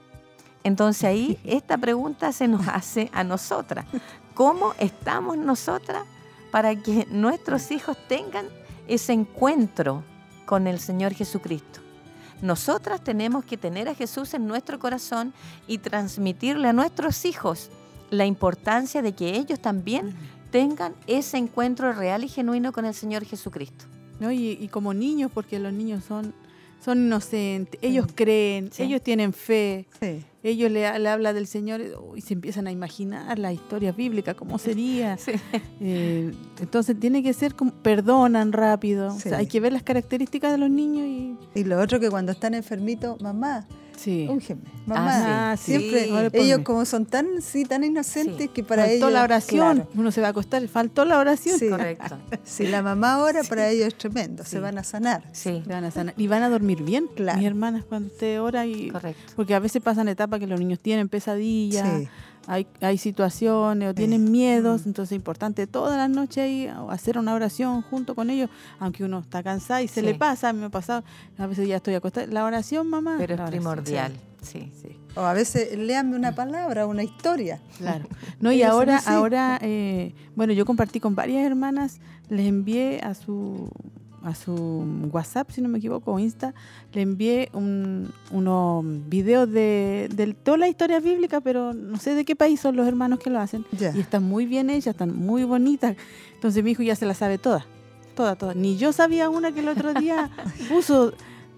Entonces ahí esta pregunta se nos hace a nosotras. ¿Cómo estamos nosotras para que nuestros hijos tengan ese encuentro con el Señor Jesucristo? Nosotras tenemos que tener a Jesús en nuestro corazón y transmitirle a nuestros hijos la importancia de que ellos también tengan ese encuentro real y genuino con el Señor Jesucristo. ¿No? Y, y como niños, porque los niños son, son inocentes, ellos Sí. creen, Sí. ellos tienen fe, Sí. ellos le, le hablan del Señor y se empiezan a imaginar la historia bíblica, cómo sería. Sí. Eh, entonces tiene que ser como, perdonan rápido. Sí. O sea, hay que ver las características de los niños y... Y lo otro que cuando están enfermitos, mamá, Sí. úngeme, mamá. Ah, sí. Siempre, Sí. Ahora ponme. ellos como son tan, sí, tan inocentes Sí. que para faltó ellos... la oración. claro, Uno se va a acostar, faltó la oración. Sí. Correcto. si la mamá ora, para ellos es tremendo, Sí. se van a sanar. Sí, Se van a sanar. Y van a dormir bien, Claro. mis hermanas, cuando usted ora. Y, correcto. porque a veces pasan etapas que los niños tienen pesadillas, Sí. hay, hay situaciones o tienen miedos, entonces es importante todas las noches ahí hacer una oración junto con ellos, aunque uno está cansado y se Sí. le pasa, a mí me ha pasado, a veces ya estoy acostada. La oración, mamá. Pero es La oración, primordial. Sí. Sí, sí, O a veces léanme una palabra, una historia. claro. No, y Ellos son ahora, así. ahora eh, bueno, yo compartí con varias hermanas, les envié a su a su WhatsApp, si no me equivoco, o Insta, le envié un, unos videos de, de toda la historia bíblica, pero no sé de qué país son los hermanos que lo hacen. Ya. Y están muy bien hechas, están muy bonitas. Entonces mi hijo ya se la sabe toda, toda, toda. Ni yo sabía una que el otro día puso,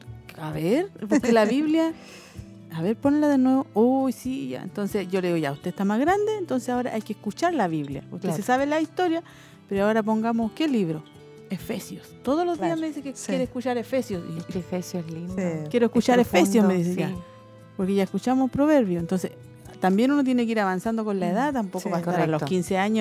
a ver, porque la Biblia, a ver, ponla de nuevo. Uy, sí, ya. Entonces yo le digo, ya, usted está más grande, entonces ahora hay que escuchar la Biblia. Usted Claro. se sabe la historia, pero ahora pongamos, ¿qué libro? Efesios. Todos los días Claro, me dice que sí. quiere escuchar Efesios. Y Es que Efesios es lindo. Sí. quiero escuchar Es profundo, Efesios, me dice sí. ya. Porque ya escuchamos Proverbios. Entonces, también uno tiene que ir avanzando con la edad, tampoco Sí, va a estar a los correcto. quince años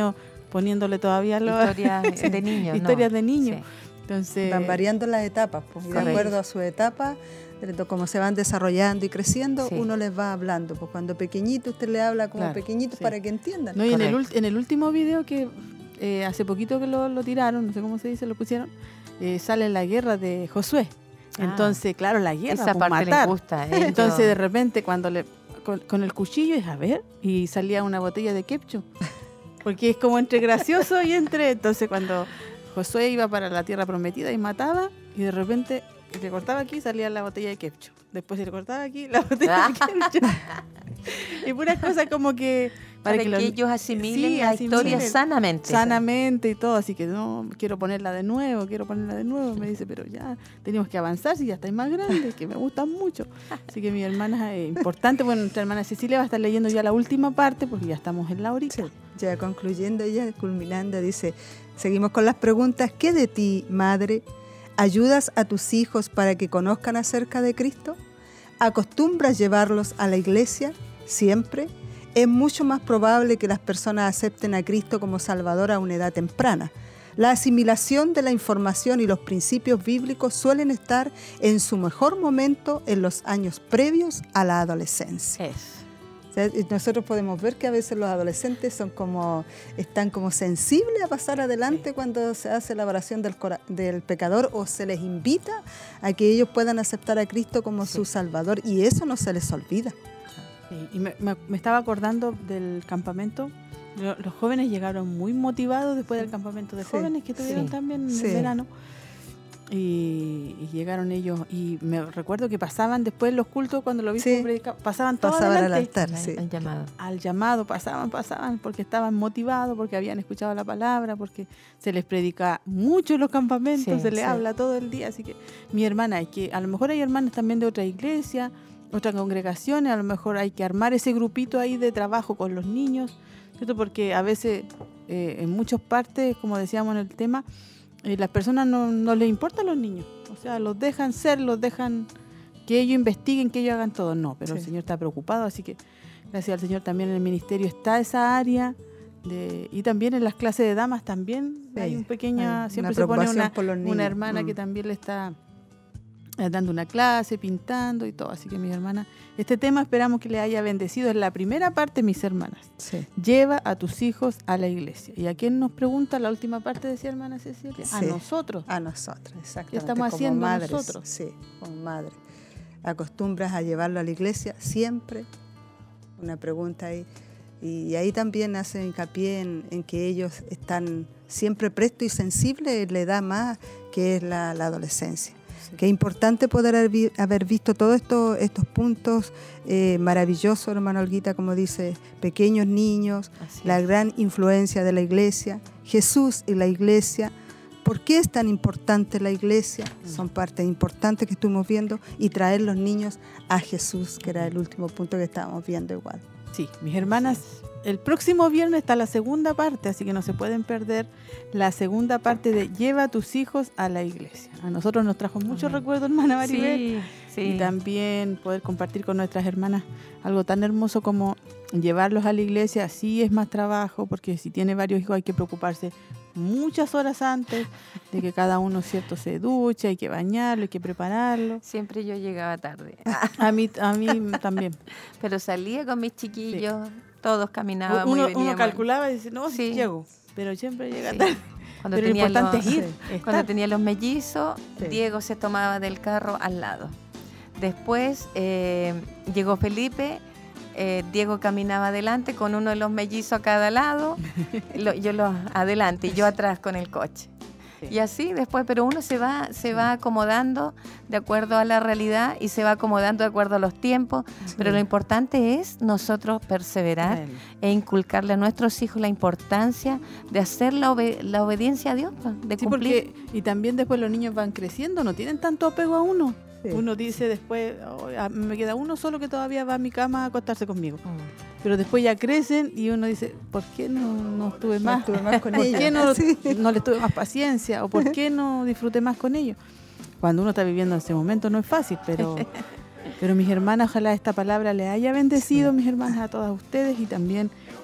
poniéndole todavía los Historias de niños. historias ¿no? de niños. Sí. Entonces, Van variando las etapas, pues, y de Correcto. acuerdo a su etapa, de cómo se van desarrollando y creciendo, Sí. uno les va hablando. Pues cuando pequeñito usted le habla como Claro, pequeñitos sí. para que entiendan. no, y en el, Correcto. ult- en el último video que eh, hace poquito que lo, lo tiraron, no sé cómo se dice, lo pusieron, eh, sale la guerra de Josué. Ah. Entonces, claro, la guerra, Esa pues, parte matar. les gusta. ellos- Entonces, de repente, cuando le con, con el cuchillo, es a ver, y salía una botella de ketchup. Porque es como entre gracioso y entre... Entonces, cuando Josué iba para la tierra prometida y mataba, y de repente le cortaba aquí, salía la botella de ketchup. Después se le cortaba aquí, la botella de ketchup. Y puras cosas como que... para que, los- ellos asimilen sí, la historia asimilen sanamente. sanamente y todo, así que no, quiero ponerla de nuevo, quiero ponerla de nuevo, me dice, pero ya tenemos que avanzar si ya estáis más grandes, que me gustan mucho. Así que mi hermana es importante, bueno, nuestra hermana Cecilia va a estar leyendo ya la última parte porque ya estamos en la horita. Sí, ya concluyendo, ya culminando, dice, seguimos con las preguntas. ¿Qué de ti, madre, ayudas a tus hijos para que conozcan acerca de Cristo? ¿Acostumbras llevarlos a la iglesia siempre? Es mucho más probable que las personas acepten a Cristo como Salvador a una edad temprana. La asimilación de la información y los principios bíblicos suelen estar en su mejor momento en los años previos a la adolescencia. Es. O sea, y nosotros podemos ver que a veces los adolescentes son como, están como sensibles a pasar adelante cuando se hace la oración del, cora- del pecador o se les invita a que ellos puedan aceptar a Cristo como Sí. su Salvador, y eso no se les olvida. Sí, y me, me- me estaba acordando del campamento. Lo- Los jóvenes llegaron muy motivados después del campamento de Sí, jóvenes que tuvieron sí, también en sí. el verano. Y, y llegaron ellos, y me recuerdo que pasaban después los cultos cuando lo vi Sí. predicar, pasaban todos Pasaban al adelante. altar, sí. El llamado. Al llamado, pasaban, pasaban, porque estaban motivados, porque habían escuchado la palabra, porque se les predica mucho en los campamentos, Sí, se les sí. habla todo el día. Así que mi hermana, es que a lo mejor hay hermanas también de otra iglesia, otras congregaciones, a lo mejor hay que armar ese grupito ahí de trabajo con los niños, ¿cierto? Porque a veces, eh, en muchas partes, como decíamos en el tema, eh, las personas no, no les importan los niños, o sea, los dejan ser, los dejan que ellos investiguen, que ellos hagan todo. No, pero el Sí. Señor está preocupado, así que gracias al Señor también en el ministerio está esa área, de, y también en las clases de damas también Sí, hay un pequeña, hay siempre una se pone preocupación una, por los niños. una hermana Mm. que también le está eh, dando una clase, pintando y todo. Así que mis hermanas, este tema esperamos que le haya bendecido en la primera parte, mis hermanas. Sí. Lleva a tus hijos a la iglesia. ¿Y a quién nos pregunta la última parte, decía hermana Cecilia? A Sí. nosotros. A nosotros, exactamente. ¿Qué estamos como haciendo madres, nosotros? Sí, como madres. ¿Acostumbras a llevarlo a la iglesia siempre? Una pregunta ahí. Y ahí también hace hincapié en, en que ellos están siempre prestos y sensibles en la edad más que es la, la adolescencia. Sí. Que es importante poder haber vi- haber visto todos estos, estos puntos eh, maravillosos, hermano Olguita, como dice, pequeños niños, Así la es. gran influencia de la iglesia, Jesús y la iglesia. ¿Por qué es tan importante la iglesia? Son partes importantes que estuvimos viendo, y traer los niños a Jesús, que era el último punto que estábamos viendo igual. Sí, mis hermanas, el próximo viernes está la segunda parte, así que no se pueden perder la segunda parte de Lleva a tus hijos a la iglesia. A nosotros nos trajo muchos Amén. recuerdos, hermana Maribel. Sí, sí. Y también poder compartir con nuestras hermanas algo tan hermoso como llevarlos a la iglesia. Sí es más trabajo, porque si tiene varios hijos hay que preocuparse muchas horas antes de que cada uno, cierto, se duche, hay que bañarlo, hay que prepararlo. Siempre yo llegaba tarde. A mí, a mí también. Pero salía con mis chiquillos, todos caminaban Uno, muy uno veníamos. calculaba y dice, no, sí Sí. llego, pero siempre llega Sí. tarde. Cuando Pero lo tenía importante los- es ir. sí. estar. Cuando tenía los mellizos, Sí. Diego se tomaba del carro al lado. Después eh, llegó Felipe, eh, Diego caminaba adelante con uno de los mellizos a cada lado, lo- yo los adelante y yo atrás con el coche. Sí. Y así después, pero uno se va, se va acomodando de acuerdo a la realidad y se va acomodando de acuerdo a los tiempos, pero lo importante es nosotros perseverar Él. e inculcarle a nuestros hijos la importancia de hacer la, obe- la obediencia a Dios, pues, de Sí, cumplir. porque, y también después los niños van creciendo, no tienen tanto apego a uno. Sí. Uno dice después, "Oh, ah, me queda uno solo que todavía va a mi cama a acostarse conmigo. Mm. Pero después ya crecen y uno dice, ¿por qué no, no estuve No más? estuve más con ¿Por ella. qué no, Sí. no les tuve más paciencia? ¿O por qué no disfruté más con ellos? Cuando uno está viviendo en ese momento no es fácil, pero, pero mis hermanas, ojalá esta palabra les haya bendecido, mis hermanas, a todas ustedes, y también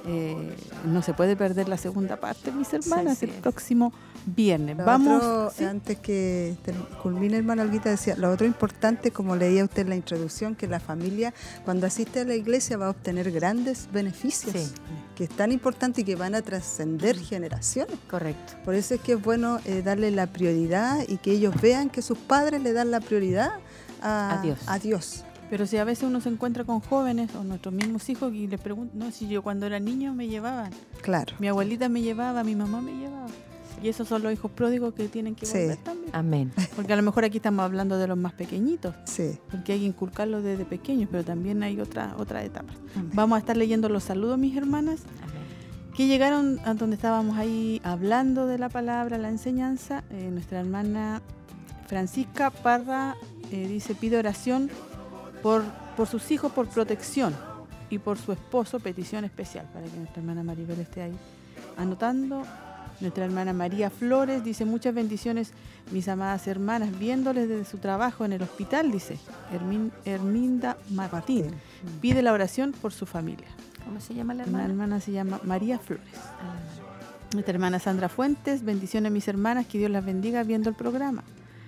eh, no se puede perder la segunda parte, mis hermanas, sí, el sí. próximo viernes. Lo Vamos, otro, ¿sí? antes que ter- culmine, hermana Olguita, decía, lo otro importante, como leía usted en la introducción, que la familia, cuando asiste a la iglesia, va a obtener grandes beneficios, Sí. que es tan importante y que van a trascender generaciones. Correcto. Por eso es que es bueno eh, darle la prioridad y que ellos vean que sus padres le dan la prioridad a, A Dios. a Dios. Pero si a veces uno se encuentra con jóvenes o nuestros mismos hijos y les preguntan, no, si yo cuando era niño me llevaban, Claro. mi abuelita me llevaba, mi mamá me llevaba. Y esos son los hijos pródigos que tienen que Sí. volver también. Amén. Porque a lo mejor aquí estamos hablando de los más pequeñitos, Sí. porque hay que inculcarlos desde pequeños, pero también hay otra otra etapa. Amén. Vamos a estar leyendo los saludos, mis hermanas, Amén. que llegaron a donde estábamos ahí hablando de la palabra, la enseñanza. Eh, nuestra hermana Francisca Parra eh, dice, pide oración por, por sus hijos, por protección, y por su esposo, petición especial, para que nuestra hermana Maribel esté ahí anotando. Nuestra hermana María Flores dice, muchas bendiciones, mis amadas hermanas, viéndoles desde su trabajo en el hospital, dice Hermin- Herminda Martín. Martín. Pide la oración por su familia. ¿Cómo se llama la La hermana? hermana se llama María Flores. Ah, Nuestra hermana Sandra Fuentes, bendiciones mis hermanas, que Dios las bendiga viendo el programa.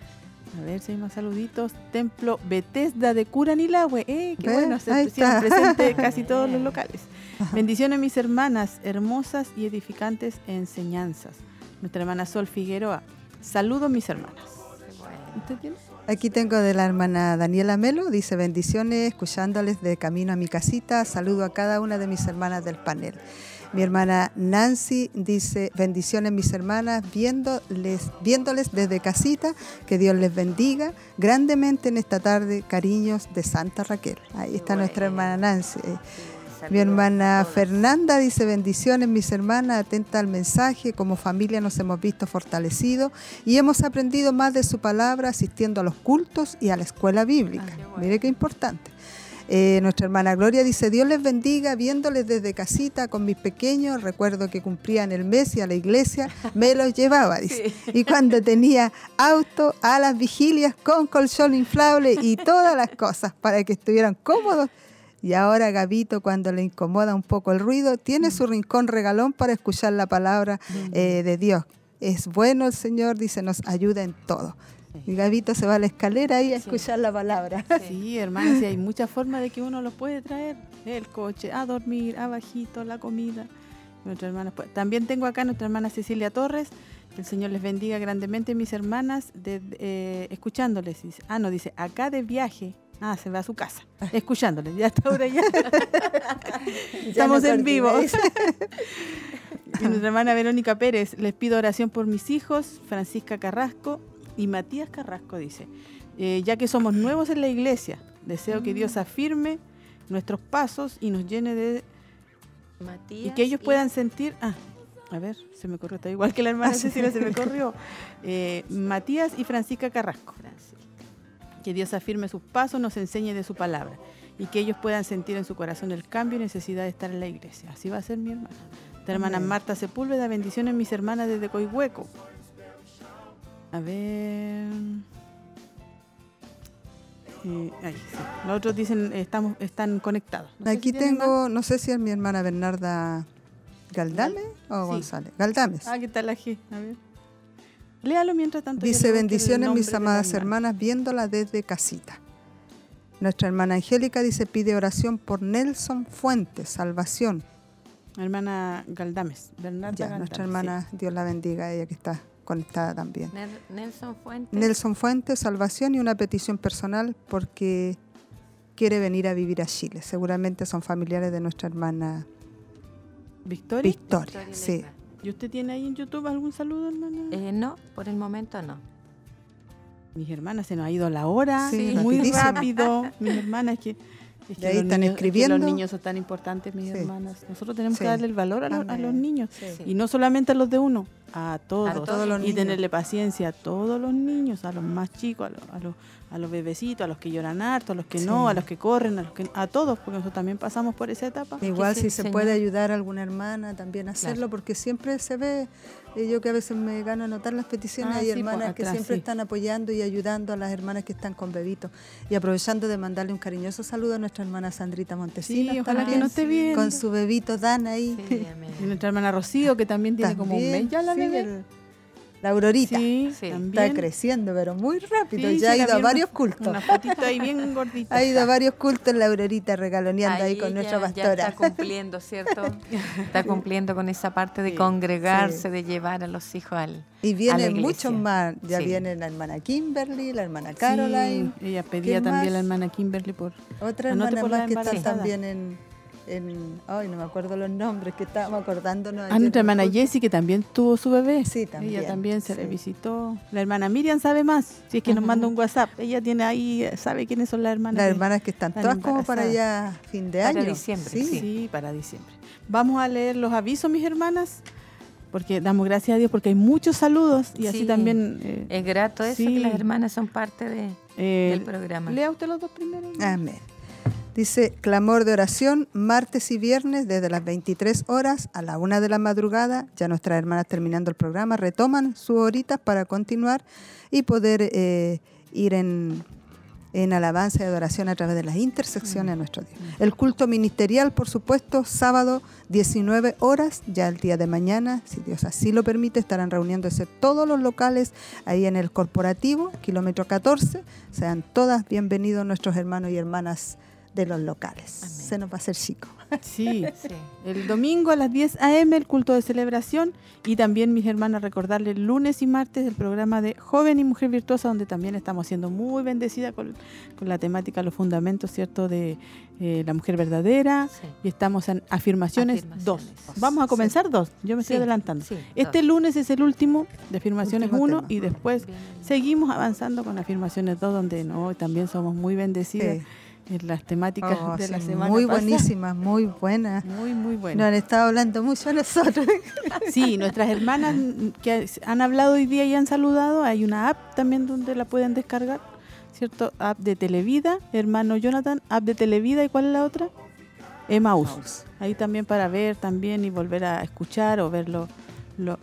A ver si hay más saluditos. Templo Bethesda de Curanilahue. ¡Eh, qué ¿Ve? bueno! Se Ahí pusieron está. presentes casi todos los locales. Bendiciones mis hermanas, hermosas y edificantes enseñanzas. Nuestra hermana Sol Figueroa. Saludos mis hermanas. ¿Usted tiene? Aquí tengo de la hermana Daniela Melo, dice bendiciones, escuchándoles de camino a mi casita, saludo a cada una de mis hermanas del panel. Mi hermana Nancy dice bendiciones mis hermanas, viéndoles, viéndoles desde casita, que Dios les bendiga grandemente en esta tarde, cariños de Santa Raquel. Ahí está nuestra hermana Nancy. Mi hermana Fernanda dice bendiciones mis hermanas, atenta al mensaje, como familia nos hemos visto fortalecidos y hemos aprendido más de su palabra asistiendo a los cultos y a la escuela bíblica. Ah, qué bueno. Mire qué importante. Eh, nuestra hermana Gloria dice, Dios les bendiga, viéndoles desde casita con mis pequeños, recuerdo que cumplían el mes y a la iglesia me los llevaba, dice. Y cuando tenía auto, a las vigilias con colchón inflable y todas las cosas para que estuvieran cómodos. Y ahora Gabito, cuando le incomoda un poco el ruido, tiene su rincón regalón para escuchar la palabra eh, de Dios. Es bueno el Señor, dice, nos ayuda en todo. Y Gabito se va a la escalera y a escuchar la palabra. Sí, hermanas, sí, hay muchas formas de que uno los puede traer. El coche, a dormir, abajito, la comida. Nuestra hermana, pues, también tengo acá a nuestra hermana Cecilia Torres, que el Señor les bendiga grandemente, mis hermanas, de, eh, escuchándoles. Dice, ah, no, dice, acá de viaje. Ah, se va a su casa, escuchándoles. Ya está ahora ya. Estamos no en vivo. coordináis. Y nuestra hermana Verónica Pérez, les pido oración por mis hijos, Francisca Carrasco y Matías Carrasco, dice. Eh, ya que somos nuevos en la iglesia, deseo que Dios afirme nuestros pasos y nos llene de... Matías Y que ellos puedan sentir... Ah, a ver, se me corrió, está igual que la hermana Ah, sí. Cecilia, se me corrió. Eh, Matías y Francisca Carrasco. Que Dios afirme sus pasos, nos enseñe de su palabra y que ellos puedan sentir en su corazón el cambio y necesidad de estar en la iglesia. Así va a ser mi hermana. Esta hermana Amén. Marta Sepúlveda, bendiciones mis hermanas desde Coihueco. A ver... Eh, ahí, sí. Los otros dicen eh, estamos, están conectados. No sé Aquí si tienen más. tengo, no sé si es mi hermana Bernarda Galdame o Sí. González. Galdames. Ah, ¿qué tal la G? A ver. Léalo mientras tanto. yo Dice leo el bendiciones nombre mis de la amadas hermana. hermanas viéndola desde casita. Nuestra hermana Angélica dice pide oración por Nelson Fuentes, salvación. Hermana Galdames. Bernarda Ya, Galdames, nuestra sí. hermana, Dios la bendiga, ella que está conectada también. Nel- Nelson Fuentes. Nelson Fuentes, salvación y una petición personal porque quiere venir a vivir a Chile. Seguramente son familiares de nuestra hermana Victoria. Victoria. Victoria Sí. Leiva. ¿Y usted tiene ahí en YouTube algún saludo, hermana? Eh, no, por el momento no. Mis hermanas, se nos ha ido la hora, Sí, muy rapidísimo. rápido. Mis hermanas, es que, es que Y ahí los están niños, escribiendo. es que los niños son tan importantes, mis Sí. hermanas. Nosotros tenemos Sí. que darle el valor a, los- a Amén. los niños. Sí. Y no solamente a los de uno, a todos, A todos los y niños. tenerle paciencia a todos los niños, a los más chicos, a los, a los, a los bebecitos, a los que lloran harto, a los que Sí. no, a los que corren, a los que a todos, porque nosotros también pasamos por esa etapa. Igual sí, si se señor. puede ayudar a alguna hermana también a hacerlo, Claro. porque siempre se ve, eh, yo que a veces me gano anotar las peticiones, Ah, hay sí, hermanas pues, que atrás, siempre sí. están apoyando y ayudando a las hermanas que están con bebitos. Y aprovechando de mandarle un cariñoso saludo a nuestra hermana Sandrita Montesinos, Sí, ojalá que también, no esté bien. con su bebito Dan ahí. Sí, amén. Y nuestra hermana Rocío, que también tiene como un También, mes ya la sí, bebé. el- la Aurorita. Sí, Sí. también. Está creciendo, pero muy rápido. Sí, ya ha sí, la ido a vi varios una- cultos. Una fotito ahí bien gordita. Ha ido a varios cultos la Aurorita regaloneando ahí, con ya- nuestra ya pastora. está cumpliendo, ¿cierto? Está cumpliendo con esa parte de Sí, congregarse, sí. de llevar a los hijos al... Y a la vienen iglesia. muchos más. Ya Sí. viene la hermana Kimberly, la hermana Caroline. Sí, ella pedía ¿Quién también más? la hermana Kimberly por... Otra Anote hermana por la más que está embarazada. también en, en... Ay, no me acuerdo los nombres, que estábamos acordándonos. Ah, ayer nuestra en el hermana culto. Jessie, que también tuvo su bebé. Sí, también, Ella también se le sí. visitó. La hermana Miriam sabe más. Si es que nos Ujú. manda un WhatsApp. Ella tiene ahí, eh, sabe quiénes son las hermanas. Las que- hermanas que están están todas como para embarazadas. allá fin de Para año. diciembre, Sí. sí. Sí, para diciembre. Vamos a leer los avisos, mis hermanas, porque damos gracias a Dios porque hay muchos saludos y así Sí. también... eh, Es grato eso, Sí. que las hermanas son parte de, eh, del programa. Lea usted los dos primeros. Amén. Dice, clamor de oración, martes y viernes desde las veintitrés horas a la una de la madrugada. Ya nuestras hermanas terminando el programa retoman sus horitas para continuar y poder eh, ir en, en alabanza y adoración a través de las intersecciones a nuestro Dios. El culto ministerial, por supuesto, sábado diecinueve horas, ya el día de mañana, si Dios así lo permite, estarán reuniéndose todos los locales ahí en el corporativo, kilómetro catorce. Sean todas bienvenidos nuestros hermanos y hermanas de los locales. Amén. Se nos va a hacer chico. Sí. Sí. El domingo a las diez a eme el culto de celebración y también, mis hermanas, recordarles lunes y martes el programa de Joven y Mujer Virtuosa, donde también estamos siendo muy bendecidas con, con la temática, los fundamentos, ¿cierto?, de eh, la mujer verdadera. Sí. Y estamos en afirmaciones dos. Afirmaciones. Vamos a comenzar dos. Yo me estoy Sí, adelantando. sí, Este dos. lunes es el último de afirmaciones Último uno tema. y después Bien. seguimos avanzando con afirmaciones dos, donde no también somos muy bendecidas Sí. en las temáticas Oh, de sí, la semana muy pasada. buenísimas, muy buenas. Muy, muy Nos buenas. han estado hablando mucho a nosotros. Sí, nuestras hermanas que han hablado hoy día y han saludado, hay una app también donde la pueden descargar, ¿cierto? App de Televida, hermano Jonathan, app de Televida, ¿y cuál es la otra? Emaús. Emaús. Ahí también para ver también y volver a escuchar o verlo. Lo,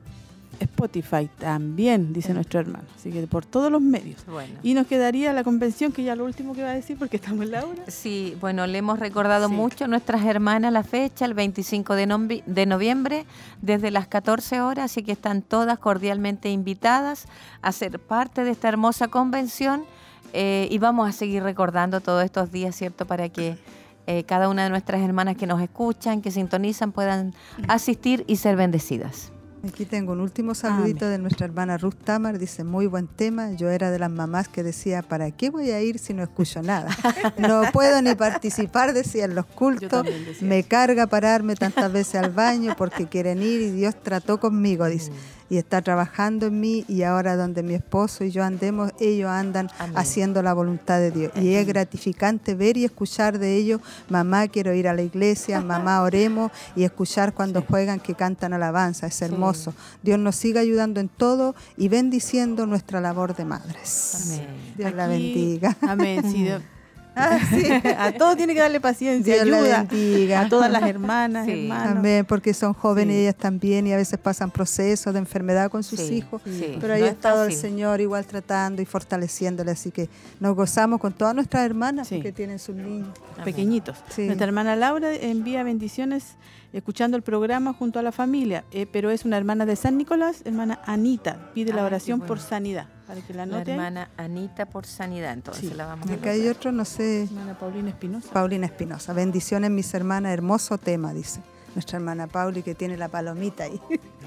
Spotify también, dice nuestro hermano. Así que por todos los medios. Bueno. Y nos quedaría la convención, que ya lo último que va a decir, porque estamos en la hora. Sí, bueno, le hemos recordado Sí. mucho a nuestras hermanas la fecha, el veinticinco de, novi- de noviembre, desde las catorce horas, así que están todas cordialmente invitadas a ser parte de esta hermosa convención eh, y vamos a seguir recordando todos estos días, ¿cierto?, para que eh, cada una de nuestras hermanas que nos escuchan, que sintonizan, puedan asistir y ser bendecidas. Aquí tengo un último saludito de nuestra hermana Ruth Tamar. Dice, muy buen tema. Yo era de las mamás que decía, ¿para qué voy a ir si no escucho nada? No puedo ni participar, decía, en los Yo cultos. también decía Me eso. carga pararme tantas veces al baño porque quieren ir y Dios trató conmigo, dice. Y está trabajando en mí y ahora donde mi esposo y yo andemos, ellos andan Amén. haciendo la voluntad de Dios. Y es gratificante ver y escuchar de ellos, mamá, quiero ir a la iglesia, mamá, oremos, y escuchar cuando juegan que cantan alabanza. Es hermoso. Dios nos siga ayudando en todo y bendiciendo nuestra labor de madres. Amén. Dios la Aquí- bendiga. Amén. Sí, Dios- Ah, sí. a todos tiene que darle paciencia, Dios la ayuda. bendiga. A todas las hermanas, Sí. hermanos. Amén, porque son jóvenes Sí. ellas también y a veces pasan procesos de enfermedad con sus Sí, hijos, sí. pero ahí No ha es estado el fácil. Señor igual tratando y fortaleciéndole, así que nos gozamos con todas nuestras hermanas Sí. porque tienen sus niños. Amén. Pequeñitos. Sí. Nuestra hermana Laura envía bendiciones escuchando el programa junto a la familia, eh, pero es una hermana de San Nicolás, hermana Anita, pide la Ay, oración qué por bueno. sanidad, para que la La anote ahí. hermana Anita por sanidad, entonces Sí. la vamos Y a acá hay anotar. otro, no sé, Hermana Paulina Espinosa. Paulina Espinosa. Bendiciones mis hermanas, hermoso tema, dice. Nuestra hermana Pauli que tiene la palomita ahí.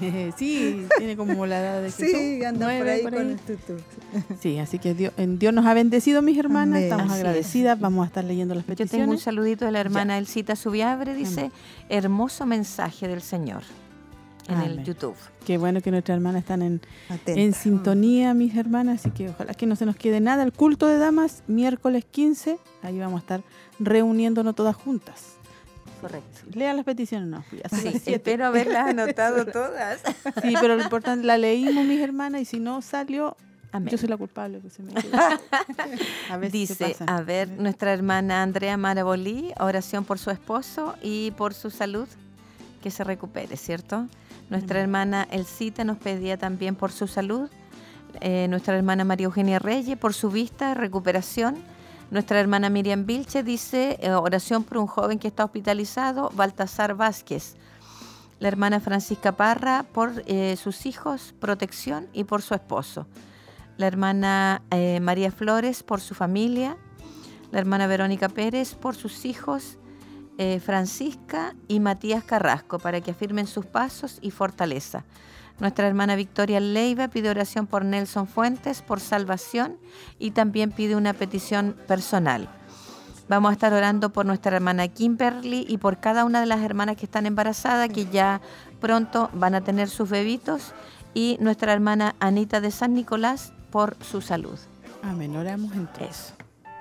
Sí, tiene como la edad de Jesús. Sí, anda por nueve, ahí por con ahí. el tutú. Sí, así que Dios, en Dios nos ha bendecido, mis hermanas. Amén. Estamos Así es. agradecidas. Vamos a estar leyendo las Yo tengo un peticiones. saludito de la hermana Elcita Subiabre, dice, hermoso mensaje del Señor en Amén. el YouTube. Qué bueno que nuestras hermanas están en, Atenta. en sintonía, mis hermanas. Así que ojalá que no se nos quede nada. El culto de damas, miércoles quince. Ahí vamos a estar reuniéndonos todas juntas. Correcto. Lea las peticiones, no. Ya son Sí, las siete. espero haberlas anotado todas. Sí, pero lo importante, la leímos, mis hermanas, y si no salió, Amén. yo soy la culpable. Que se me quedó. A veces Dice, pasa. a ver, nuestra hermana Andrea Marabolí, oración por su esposo y por su salud, que se recupere, ¿cierto? Nuestra Amén. hermana Elcita nos pedía también por su salud. Eh, nuestra hermana María Eugenia Reyes por su vista, recuperación. Nuestra hermana Miriam Vilche dice, eh, oración por un joven que está hospitalizado, Baltasar Vázquez. La hermana Francisca Parra por eh, sus hijos, protección, y por su esposo. La hermana eh, María Flores por su familia. La hermana Verónica Pérez por sus hijos, eh, Francisca y Matías Carrasco, para que afirmen sus pasos y fortaleza. Nuestra hermana Victoria Leiva pide oración por Nelson Fuentes, por salvación, y también pide una petición personal. Vamos a estar orando por nuestra hermana Kimberly y por cada una de las hermanas que están embarazadas, que ya pronto van a tener sus bebitos, y nuestra hermana Anita de San Nicolás por su salud. Amén, oramos entonces. Eso.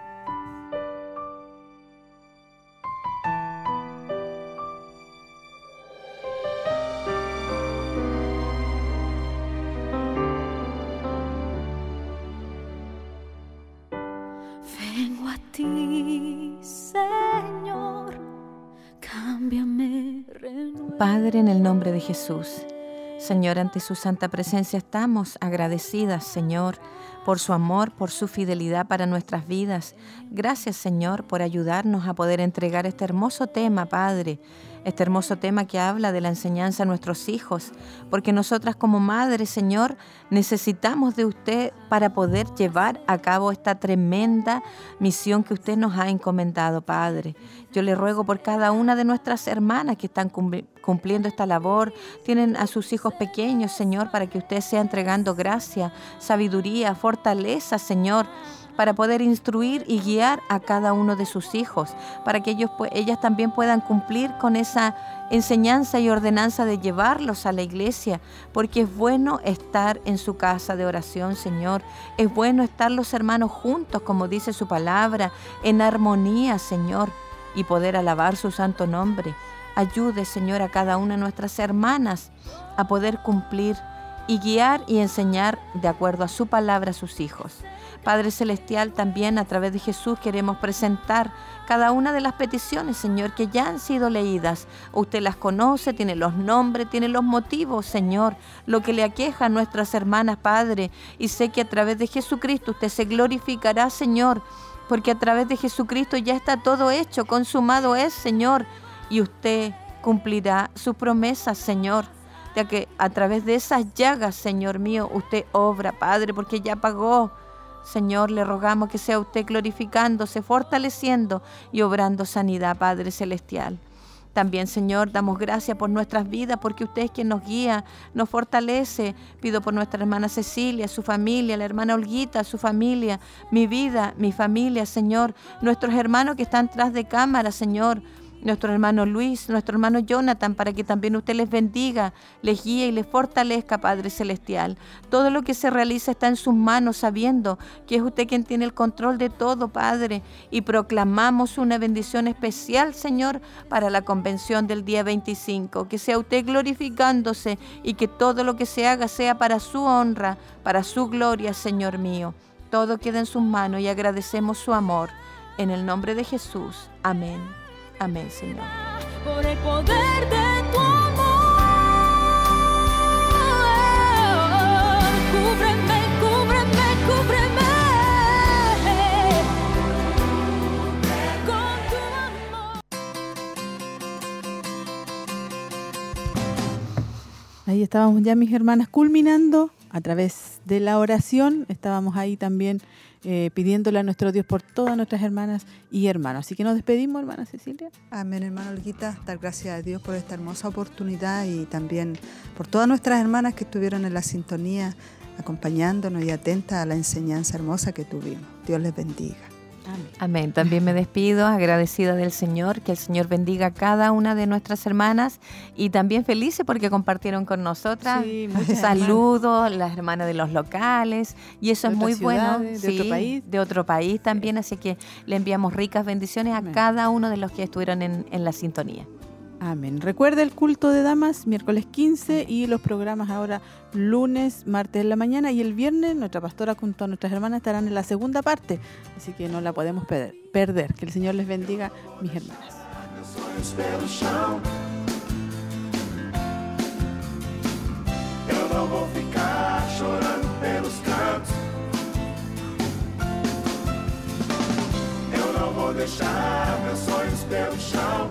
Vengo a ti, Señor, cámbiame, renueva. Padre, en el nombre de Jesús, Señor, ante su santa presencia estamos agradecidas, Señor, por su amor, por su fidelidad para nuestras vidas. Gracias, Señor, por ayudarnos a poder entregar este hermoso tema, Padre, este hermoso tema que habla de la enseñanza a nuestros hijos, porque nosotras como madres, Señor, necesitamos de usted para poder llevar a cabo esta tremenda misión que usted nos ha encomendado, Padre. Yo le ruego por cada una de nuestras hermanas que están cumpliendo esta labor, tienen a sus hijos pequeños, Señor, para que usted sea entregando gracia, sabiduría, fortaleza, Señor, para poder instruir y guiar a cada uno de sus hijos, para que ellos, ellas también puedan cumplir con esa enseñanza y ordenanza de llevarlos a la iglesia, porque es bueno estar en su casa de oración, Señor. Es bueno estar los hermanos juntos, como dice su palabra, en armonía, Señor, y poder alabar su santo nombre. Ayude, Señor, a cada una de nuestras hermanas a poder cumplir y guiar y enseñar de acuerdo a su palabra a sus hijos. Padre Celestial, también a través de Jesús queremos presentar cada una de las peticiones, Señor, que ya han sido leídas. Usted las conoce, tiene los nombres, tiene los motivos, Señor, lo que le aqueja a nuestras hermanas, Padre. Y sé que a través de Jesucristo usted se glorificará, Señor, porque a través de Jesucristo ya está todo hecho, consumado es, Señor, y usted cumplirá sus promesas, Señor, ya que a través de esas llagas, Señor mío, usted obra, Padre, porque ya pagó. Señor, le rogamos que sea usted glorificándose, fortaleciendo y obrando sanidad, Padre Celestial. También, Señor, damos gracias por nuestras vidas, porque usted es quien nos guía, nos fortalece. Pido por nuestra hermana Cecilia, su familia, la hermana Olguita, su familia, mi vida, mi familia, Señor. Nuestros hermanos que están tras de cámara, Señor. Nuestro hermano Luis, nuestro hermano Jonathan, para que también usted les bendiga, les guíe y les fortalezca, Padre Celestial. Todo lo que se realiza está en sus manos, sabiendo que es usted quien tiene el control de todo, Padre. Y proclamamos una bendición especial, Señor, para la convención del día veinticinco. Que sea usted glorificándose y que todo lo que se haga sea para su honra, para su gloria, Señor mío. Todo queda en sus manos y agradecemos su amor. En el nombre de Jesús. Amén. Amén, Señor. Por el poder de tu amor, cúbreme, cúbreme, cúbreme con tu amor. Ahí estábamos ya, mis hermanas, culminando a través de la oración. Estábamos ahí también eh, pidiéndole a nuestro Dios por todas nuestras hermanas y hermanos. Así que nos despedimos, hermana Cecilia. Amén, hermana Olguita. Dar gracias a Dios por esta hermosa oportunidad y también por todas nuestras hermanas que estuvieron en la sintonía, acompañándonos y atentas a la enseñanza hermosa que tuvimos. Dios les bendiga. Amén. Amén. También me despido agradecida del Señor, que el Señor bendiga a cada una de nuestras hermanas y también felices porque compartieron con nosotras. Sí, muchas Saludos, las hermanas de los locales y eso De es muy otras bueno. ciudades, de otro país. De otro país también, así que le enviamos ricas bendiciones a Amén. cada uno de los que estuvieron en, en la sintonía. Amén. Recuerda el culto de damas, miércoles quince, y los programas ahora lunes, martes en la mañana, y el viernes nuestra pastora junto a nuestras hermanas estarán en la segunda parte, así que no la podemos perder. perder. Que el Señor les bendiga, mis hermanas. Sonhos pelo chão. Eu não vou ficar chorando pelos cantos. Eu não vou deixar meus sonhos pelo chão.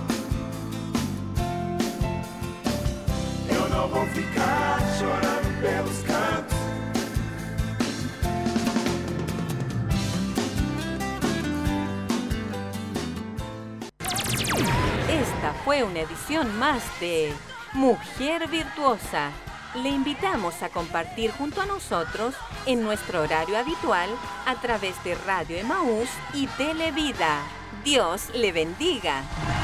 Eu não vou ficar chorando pelos cantos. Esta fue una edición más de Mujer Virtuosa. Le invitamos a compartir junto a nosotros en nuestro horario habitual a través de Radio Emaús y Televida. Dios le bendiga.